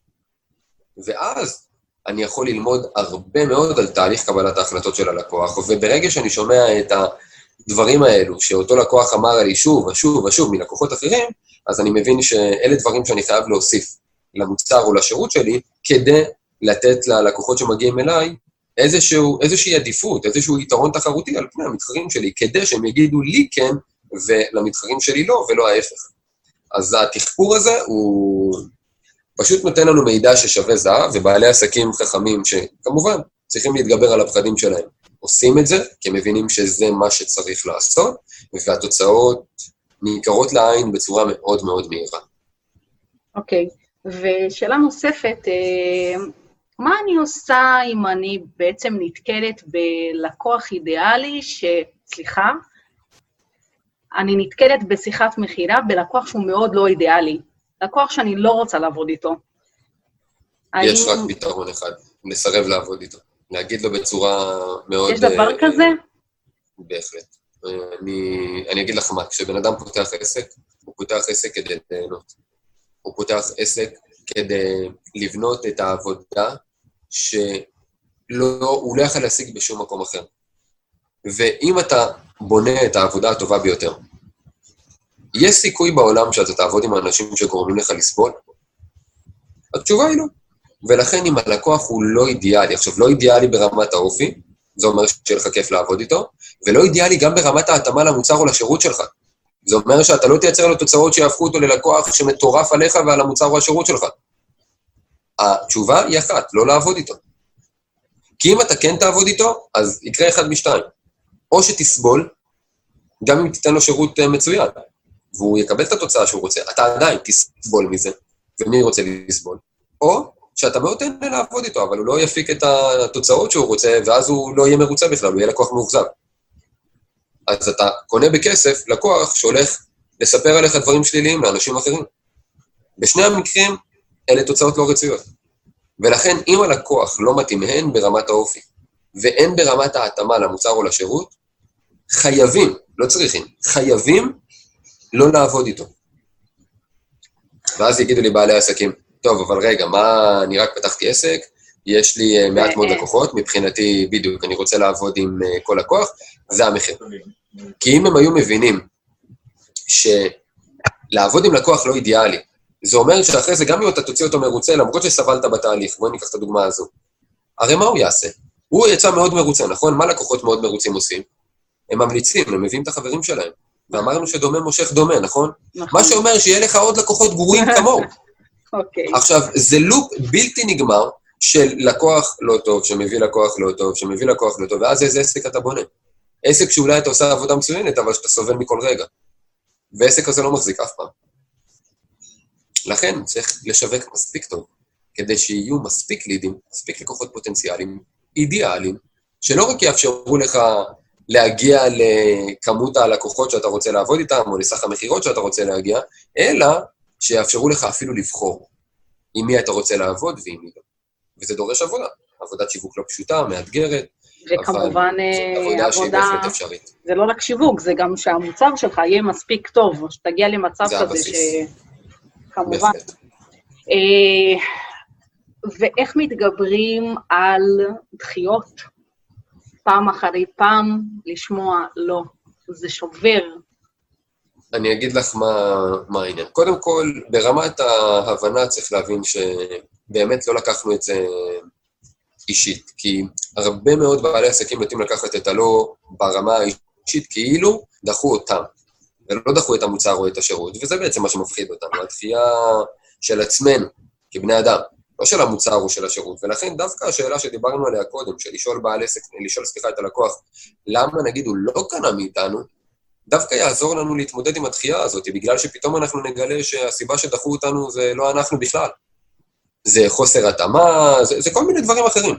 ואז אני יכול ללמוד הרבה מאוד על תהליך קבלת ההחלטות של הלקוח, וברגע שאני שומע את הדברים האלו, שאותו לקוח אמר לי שוב ושוב ושוב מלקוחות אחרים, אז אני מבין שאלה דברים שאני חייב להוסיף למוצר או לשירות שלי, כדי לתת ללקוחות שמגיעים אליי איזשהו, איזושהי עדיפות, איזשהו יתרון תחרותי על פני המתחרים שלי, כדי שהם יגידו לי כן, ולמתחרים שלי לא, ולא ההפך. אז התחקור הזה הוא פשוט נותן לנו מידע ששווה זהב, ובעלי עסקים חכמים שכמובן צריכים להתגבר על הפחדים שלהם. עושים את זה, כי הם מבינים שזה מה שצריך לעשות, והתוצאות ניכרות לעין בצורה מאוד מאוד מהירה. אוקיי, ושאלה נוספת, מה אני עושה אם אני בעצם נתקלת בלקוח אידיאלי, שסליחה, אני נתקלת בשיחת מחירה בלקוח שהוא מאוד לא אידיאלי, לקוח שאני לא רוצה לעבוד איתו. יש רק פתרון אחד, לסרב לעבוד איתו. להגיד לו בצורה מאוד... יש דבר uh, כזה? בהחלט. אני, אני אגיד לך מה, כשבן אדם פותח עסק, הוא פותח עסק כדי ליהנות. הוא פותח עסק כדי לבנות את העבודה שהוא לא יכול להשיג בשום מקום אחר. ואם אתה בונה את העבודה הטובה ביותר, יש סיכוי בעולם שאתה תעבוד עם האנשים שגורמים לך לסבול? התשובה היא לא. ולכן אם הלקוח הוא לא אידיאלי, עכשיו לא אידיאלי ברמת האופי, זה אומר שיהיה לך כיף לעבוד איתו, ולא אידיאלי גם ברמת ההתאמה למוצר או לשירות שלך. זה אומר שאתה לא תייצר לו תוצאות שיהפכו אותו ללקוח שמטורף עליך ועל המוצר או השירות שלך. התשובה היא אחת, לא לעבוד איתו. כי אם אתה כן תעבוד איתו, אז יקרה אחד משתיים. או שתסבול, גם אם תיתן לו שירות מצוין, והוא יקבל את התוצאה שהוא רוצה, אתה עדיין תסבול מזה, ומי רוצה לסבול? או שאתה מאוד תהנה לעבוד איתו, אבל הוא לא יפיק את התוצאות שהוא רוצה, ואז הוא לא יהיה מרוצה בכלל, הוא יהיה לקוח מאוכזב. אז אתה קונה בכסף לקוח שהולך לספר עליך דברים שליליים לאנשים אחרים. בשני המקרים, אלה תוצאות לא רצויות. ולכן, אם הלקוח לא מתאים הן ברמת האופי, ואין ברמת ההתאמה למוצר או לשירות, חייבים, לא צריכים, חייבים לא לעבוד איתו. ואז יגידו לי בעלי עסקים, טוב, אבל רגע, מה, אני רק פתחתי עסק, יש לי מעט מאוד לקוחות, מבחינתי בדיוק, אני רוצה לעבוד עם כל לקוח, זה המחיר. כי אם הם היו מבינים שלעבוד עם לקוח לא אידיאלי, זה אומר שאחרי זה גם אם אתה תוציא אותו מרוצה, למרות שסבלת בתהליך, בואי ניקח את הדוגמה הזו. הרי מה הוא יעשה? הוא יצא מאוד מרוצה, נכון? מה לקוחות מאוד מרוצים עושים? הם ממליצים, הם מביאים את החברים שלהם. ואמרנו שדומה מושך דומה, נכון? מה שאומר שיהיה לך עוד לקוחות גרועים כמוהו. עכשיו, זה לופ בלתי נגמר של לקוח לא טוב, שמביא לקוח לא טוב, שמביא לקוח לא טוב, ואז איזה עסק אתה בונה. עסק שאולי אתה עושה עבודה מצוינת, אבל שאתה סובל מכל רגע. ועסק הזה לא מחזיק אף פעם. לכן צריך לשווק מספיק טוב, כדי שיהיו מספיק לידים, מספיק לקוחות פוטנציאליים, אידיאליים, שלא רק יאפשרו לך להגיע לכמות הלקוחות שאתה רוצה לעבוד איתם, או לסך המחירות שאתה רוצה להגיע, אלא שיאפשרו לך אפילו לבחור עם מי אתה רוצה לעבוד ועם מי לא. וזה דורש עבודה. עבודת שיווק לא פשוטה, מאתגרת, וכמובן עבודה שהיא בהחלט אפשרית. זה לא רק שיווק, זה גם שהמוצר שלך יהיה מספיק טוב, או שתגיע למצב כזה ש... כמובן. ואיך מתגברים על דחיות? פעם אחרי פעם, לשמוע לא, זה שובר. אני אגיד לך מה, מה העניין. קודם כל, ברמת ההבנה צריך להבין שבאמת לא לקחנו את זה אישית, כי הרבה מאוד בעלי עסקים נוטים לקחת את הלא ברמה האישית, כאילו דחו אותם, ולא דחו את המוצר או את השירות, וזה בעצם מה שמפחיד אותנו, הדחייה של עצמנו, כבני אדם, לא של המוצר או של השירות, ולכן דווקא השאלה שדיברנו עליה קודם, של לשאול בעל עסק, לשאול סליחה את הלקוח, למה נגיד הוא לא קנה מאיתנו, דווקא יעזור לנו להתמודד עם הדחייה הזאת, בגלל שפתאום אנחנו נגלה שהסיבה שדחו אותנו זה לא אנחנו בכלל. זה חוסר התאמה, זה, זה כל מיני דברים אחרים.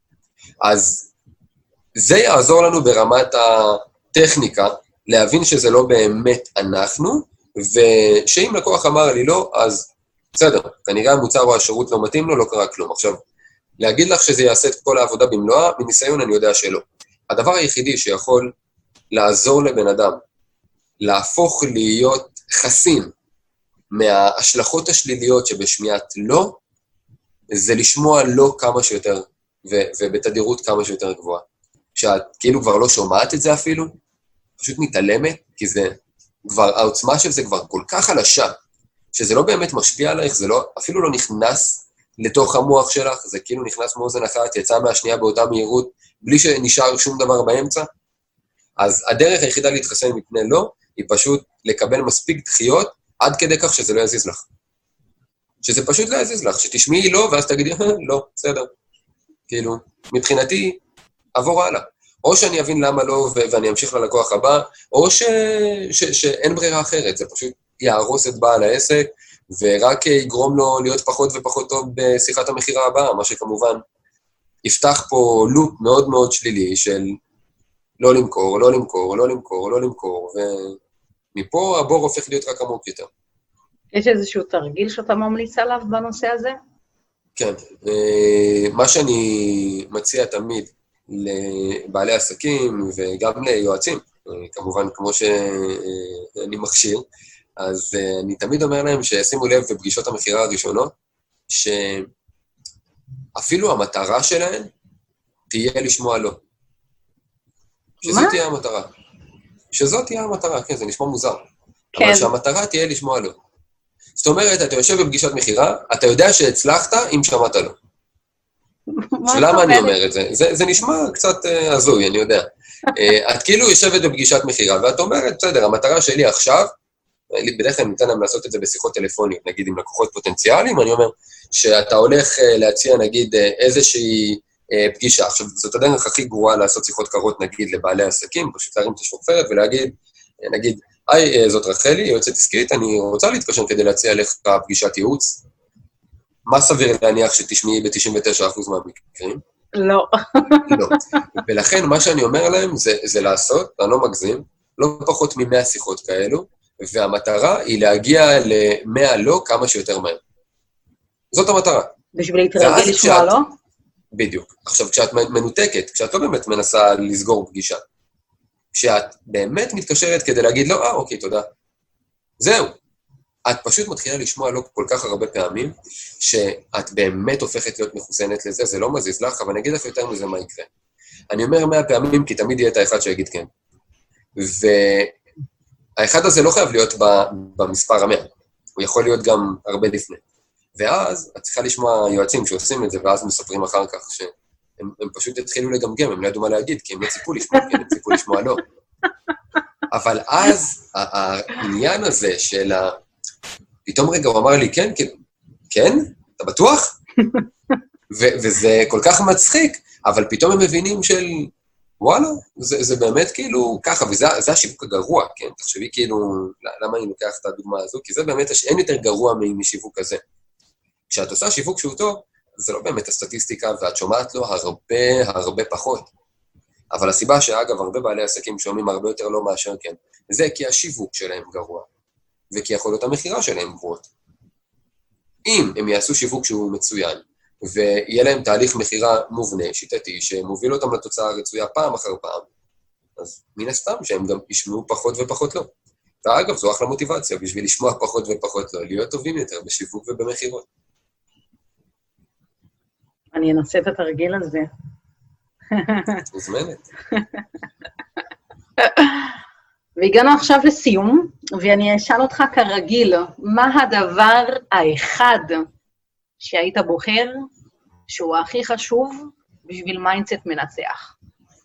אז זה יעזור לנו ברמת הטכניקה, להבין שזה לא באמת אנחנו, ושאם לקוח אמר לי לא, אז בסדר, כנראה המוצר או השירות לא מתאים לו, לא קרה כלום. עכשיו, להגיד לך שזה יעשה את כל העבודה במלואה, מניסיון אני יודע שלא. הדבר היחידי שיכול לעזור לבן אדם, להפוך להיות חסין מההשלכות השליליות שבשמיעת לא, זה לשמוע לא כמה שיותר, ו- ובתדירות כמה שיותר גבוהה. כשאת כאילו כבר לא שומעת את זה אפילו, פשוט מתעלמת, כי זה כבר, העוצמה של זה כבר כל כך חלשה, שזה לא באמת משפיע עלייך, זה לא, אפילו לא נכנס לתוך המוח שלך, זה כאילו נכנס מאוזן אחת, יצא מהשנייה באותה מהירות, בלי שנשאר שום דבר באמצע. אז הדרך היחידה להתחסן מפני לא, היא פשוט לקבל מספיק דחיות, עד כדי כך שזה לא יזיז לך. שזה פשוט לא יזיז לך, שתשמעי לא, ואז תגידי, לא, בסדר. כאילו, מבחינתי, עבור הלאה. או שאני אבין למה לא, ואני אמשיך ללקוח הבא, או ש... ש... שאין ברירה אחרת, זה פשוט יהרוס את בעל העסק, ורק יגרום לו להיות פחות ופחות טוב בשיחת המחירה הבאה, מה שכמובן יפתח פה לופ מאוד מאוד שלילי של לא למכור, לא למכור, לא למכור, לא למכור, ומפה הבור הופך להיות רק עמוק יותר. יש איזשהו תרגיל שאתה ממליץ עליו בנושא הזה? כן, מה שאני מציע תמיד לבעלי עסקים וגם ליועצים, כמובן כמו שאני מכשיר, אז אני תמיד אומר להם שישימו לב בפגישות המחירה הראשונות, שאפילו המטרה שלהם תהיה לשמוע לא. שזאת תהיה המטרה. שזאת תהיה המטרה, כן, זה נשמע מוזר. כן. אבל שהמטרה תהיה לשמוע לא. זאת אומרת, אתה יושב בפגישת מחירה, אתה יודע שהצלחת אם שמעת לא. שלמה אני אומר את זה? זה, זה נשמע קצת uh, הזוי, אני יודע. uh, את כאילו יושבת בפגישת מחירה, ואת אומרת, בסדר, המטרה שלי עכשיו, בדרך כלל ניתן להם לעשות את זה בשיחות טלפוניות, נגיד עם לקוחות פוטנציאליים, אני אומר שאתה הולך uh, להציע, נגיד, uh, איזושהי uh, פגישה. עכשיו, זאת הדרך הכי גרועה לעשות שיחות קרות, נגיד, לבעלי עסקים, פשוט להרים את השופרת ולהגיד, נגיד, היי, זאת רחלי, יועצת עסקית, אני רוצה להתקשר כדי להציע לך פגישת ייעוץ. מה סביר להניח שתשמעי ב-תשעים ותשעה אחוז מהמקרים? לא. לא. ולכן מה שאני אומר להם זה, זה לעשות, אני לא מגזים, לא פחות מ-מאה שיחות כאלו, והמטרה היא להגיע ל-מאה לא כמה שיותר מהר. זאת המטרה. בשביל להתרגל לשמוע, לא? בדיוק. עכשיו, כשאת מנותקת, כשאת לא באמת מנסה לסגור פגישה, כשאת באמת מתקשרת כדי להגיד לו, אה, אוקיי, תודה. זהו. את פשוט מתחילה לשמוע לו כל כך הרבה פעמים, שאת באמת הופכת להיות מחוסנת לזה, זה לא מזיז לך, אבל אני אגיד לך יותר מזה מה יקרה. אני אומר מאה פעמים, כי תמיד יהיה את האחד שיגיד כן. והאחד הזה לא חייב להיות במספר המאה, הוא יכול להיות גם הרבה לפני. ואז את צריכה לשמוע יועצים שעושים את זה, ואז מספרים אחר כך שהם הם פשוט התחילו לגמגם, הם לא ידעו מה להגיד, כי הם לא ציפו לשמוע, כי הם ציפו לשמוע לא. אבל אז העניין הזה של ה... פתאום רגע הוא אמר לי, כן, כן, כן? אתה בטוח? ו- וזה כל כך מצחיק, אבל פתאום הם מבינים של, וואלה, זה, זה באמת כאילו ככה, וזה זה השיווק הגרוע, כן? תחשבי כאילו, למה אני לוקח את הדוגמה הזו? כי זה באמת, אין יותר גרוע משיווק כזה. כשאת עושה שיווק שהוא טוב, זה לא באמת הסטטיסטיקה, ואת שומעת לו הרבה הרבה פחות. אבל הסיבה שאגב, הרבה בעלי עסקים שומעים הרבה יותר לא מאשר כן, זה כי השיווק שלהם גרוע. וכי יכולות המחירה שלהם גבוהות. אם הם יעשו שיווק שהוא מצוין, ויהיה להם תהליך מחירה מובנה, שיטתי, שמוביל אותם לתוצאה הרצויה פעם אחר פעם, אז מן הסתם שהם גם ישמעו פחות ופחות לא. ואגב, זו אחלה מוטיבציה, בשביל לשמוע פחות ופחות לא, להיות טובים יותר בשיווק ובמחירות. אני אנסה את התרגיל הזה. מוזמנת. והגענו עכשיו לסיום, ואני אשאל אותך כרגיל, מה הדבר האחד שהיית בוחר, שהוא הכי חשוב בשביל מיינדסט מנצח?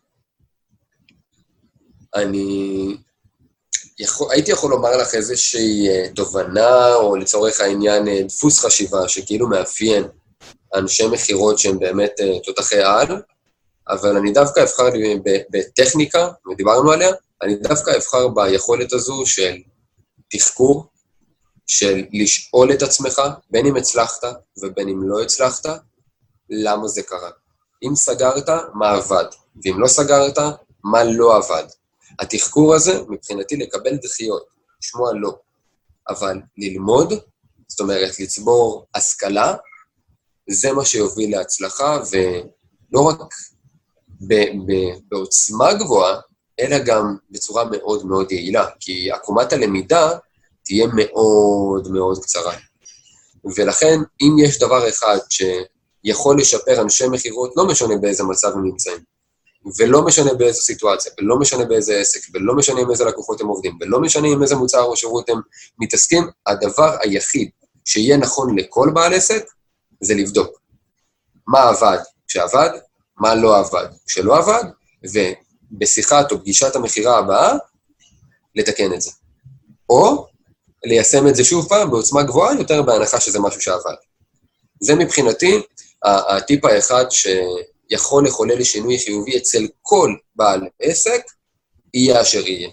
אני יכול, הייתי יכול לומר לך איזושהי תובנה, או לצורך העניין דפוס חשיבה, שכאילו מאפיין אנשי מחירות שהם באמת תותחי על, אבל אני דווקא אבחר בטכניקה, ודיברנו עליה, אני דווקא אבחר ביכולת הזו של תחקור, של לשאול את עצמך, בין אם הצלחת ובין אם לא הצלחת, למה זה קרה. אם סגרת, מה עבד, ואם לא סגרת, מה לא עבד. התחקור הזה, מבחינתי, לקבל דחיות, לשמוע לא, אבל ללמוד, זאת אומרת, לצבור השכלה, זה מה שיוביל להצלחה, ולא רק ב- ב- בעוצמה גבוהה, אלא גם בצורה מאוד מאוד יעילה, כי עקומת הלמידה תהיה מאוד מאוד קצרה. ולכן, אם יש דבר אחד שיכול לשפר אנשי מחירות, לא משנה באיזה מצב הם נמצאים, ולא משנה באיזו סיטואציה, ולא משנה באיזה עסק, ולא משנה עם איזה לקוחות הם עובדים, ולא משנה עם איזה מוצר או שירות הם מתעסקים, הדבר היחיד שיהיה נכון לכל בעל עסק, זה לבדוק מה עבד כשעבד, מה לא עבד כשלא עבד, ובשיחת או פגישת המחירה הבאה, לתקן את זה. או ליישם את זה שוב פעם בעוצמה גבוהה, יותר בהנחה שזה משהו שעבד. זה מבחינתי הטיפ האחד שיכול לחולל לשינוי חיובי אצל כל בעל עסק, יהיה אשר יהיה.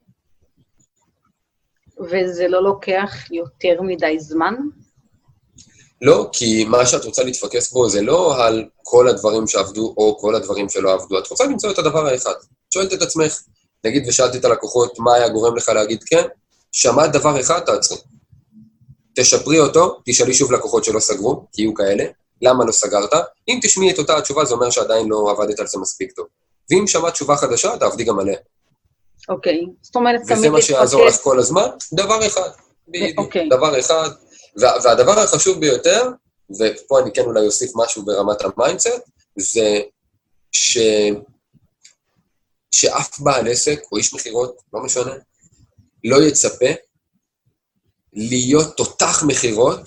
וזה לא לוקח יותר מדי זמן? לא, כי מה שאת רוצה להתפקס בו זה לא על כל הדברים שעבדו או כל הדברים שלא עבדו. את רוצה למצוא את הדבר האחד. שואלת את עצמך, נגיד ושאלתי את הלקוחות מה היה גורם לך להגיד כן, שמעת דבר אחד, תעצרי. תשפרי אותו, תשאלי שוב לקוחות שלא סגרו, כי יהיו כאלה, למה לא סגרת? אם תשמעי את אותה התשובה, זה אומר שעדיין לא עבדת על זה מספיק טוב. ואם שמעת תשובה חדשה, תעבדי גם עליה. אוקיי, זאת אומרת, תמיד וזה מה שיעזור לך כל הזמן, דבר אחד. בדיוק, אוקיי. דבר אחד. והדבר החשוב ביותר, ופה אני כן אולי אוסיף משהו ברמת המיינדסט, זה ש... שאף בעל עסק או איש מחירות, לא משנה, לא יצפה להיות תותח מחירות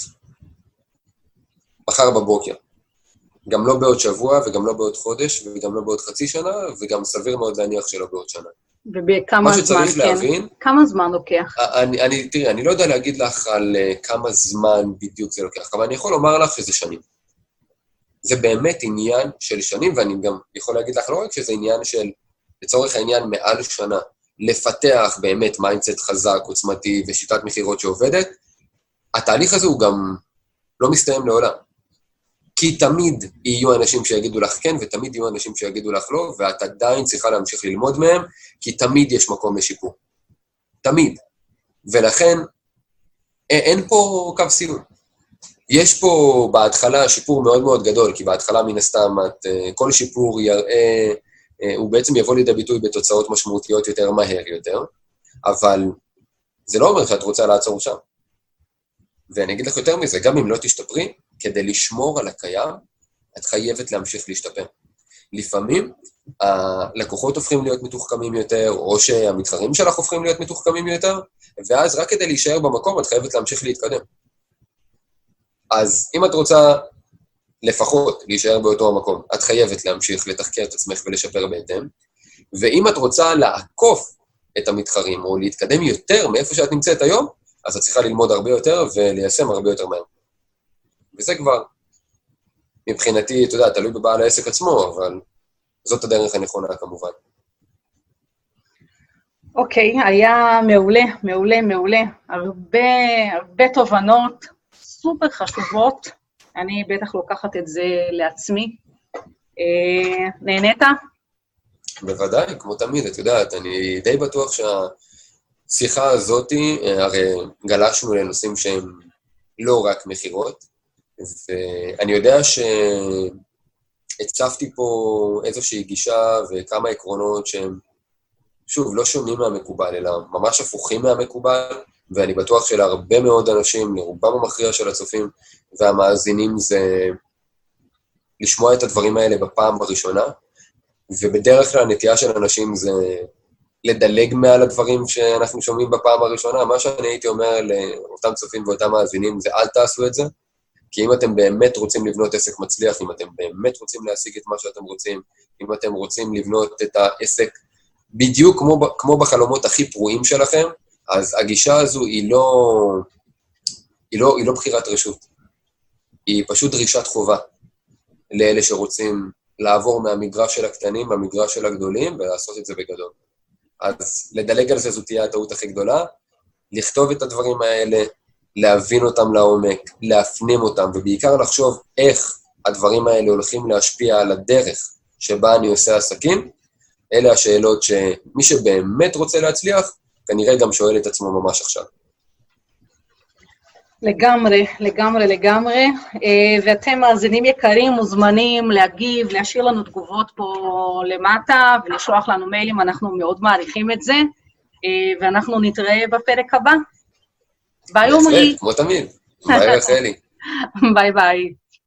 מחר בבוקר. גם לא בעוד שבוע, וגם לא בעוד חודש, וגם לא בעוד חצי שנה, וגם סביר מאוד להניח שלא בעוד שנה. ובכמה זמן, כן? להבין, כמה זמן לוקח? אני, אני, תראי, אני לא יודע להגיד לך על uh, כמה זמן בדיוק זה לוקח, אבל אני יכול לומר לך שזה שנים. זה באמת עניין של שנים, ואני גם יכול להגיד לך לא רק שזה עניין של, לצורך העניין, מעל שנה, לפתח באמת מיינדסט חזק, עוצמתי ושיטת מחירות שעובדת, התהליך הזה הוא גם לא מסתיים לעולם. כי תמיד יהיו אנשים שיגידו לך כן, ותמיד יהיו אנשים שיגידו לך לא, ואת עדיין צריכה להמשיך ללמוד מהם, כי תמיד יש מקום לשיפור. תמיד. ולכן, אין פה קו סיום. יש פה בהתחלה שיפור מאוד מאוד גדול, כי בהתחלה מן הסתם, את, כל שיפור יראה, הוא בעצם יבוא לידי ביטוי בתוצאות משמעותיות יותר מהר יותר, אבל זה לא אומר שאת רוצה לעצור שם. ואני אגיד לך יותר מזה, גם אם לא תשתפרי, כדי לשמור על הקיים, את חייבת להמשיך להשתפר. לפעמים, הלקוחות הופכים להיות מתוחכמים יותר, או שהמתחרים שלך הופכים להיות מתוחכמים יותר, ואז רק כדי להישאר במקום, את חייבת להמשיך להתקדם. אז אם את רוצה לפחות להישאר באותו המקום, את חייבת להמשיך לתחקר את עצמך ולשפר בהתאם, ואם את רוצה לעקוף את המתחרים, או להתקדם יותר מאיפה שאת נמצאת היום, אז את צריכה ללמוד הרבה יותר וליישם הרבה יותר מהר. וזה כבר, מבחינתי, אתה יודע, תלוי בבעל העסק עצמו, אבל זאת הדרך הנכונה כמובן. אוקיי, okay, היה מעולה, מעולה, מעולה. הרבה, הרבה תובנות סופר חשובות. אני בטח לוקחת את זה לעצמי. אה, נהנית? בוודאי, כמו תמיד, את יודעת, אני די בטוח שהשיחה הזאת, הרי גלשנו לנושאים שהם לא רק מחירות, ואני יודע שהצפתי פה איזושהי גישה וכמה עקרונות שהם, שוב, לא שונים מהמקובל, אלא ממש הפוכים מהמקובל, ואני בטוח שלהרבה מאוד אנשים, לרובם המכריע של הצופים והמאזינים, זה לשמוע את הדברים האלה בפעם הראשונה, ובדרך כלל הנטייה של אנשים זה לדלג מעל הדברים שאנחנו שומעים בפעם הראשונה. מה שאני הייתי אומר לאותם צופים ואותם מאזינים זה אל תעשו את זה, כי אם אתם באמת רוצים לבנות עסק מצליח, אם אתם באמת רוצים להשיג את מה שאתם רוצים, אם אתם רוצים לבנות את העסק בדיוק כמו, כמו בחלומות הכי פרועים שלכם, אז הגישה הזו היא לא, היא לא, היא לא בחירת רשות. היא פשוט דרישת חובה לאלה שרוצים לעבור מהמגרש של הקטנים, מהמגרש של הגדולים, ולעשות את זה בגדול. אז לדלג על זה זו תהיה הטעות הכי גדולה, לכתוב את הדברים האלה, להבין אותם לעומק, להפנים אותם, ובעיקר לחשוב איך הדברים האלה הולכים להשפיע על הדרך שבה אני עושה עסקים. אלה השאלות שמי שבאמת רוצה להצליח, כנראה גם שואל את עצמו ממש עכשיו. לגמרי, לגמרי, לגמרי. ואתם מאזינים יקרים, מוזמנים להגיב, להשאיר לנו תגובות פה למטה, ולשלוח לנו מיילים, אנחנו מאוד מעריכים את זה, ואנחנו נתראה בפרק הבא. ביי עומרי. כמו תמיד. ביי רחלי. ביי ביי.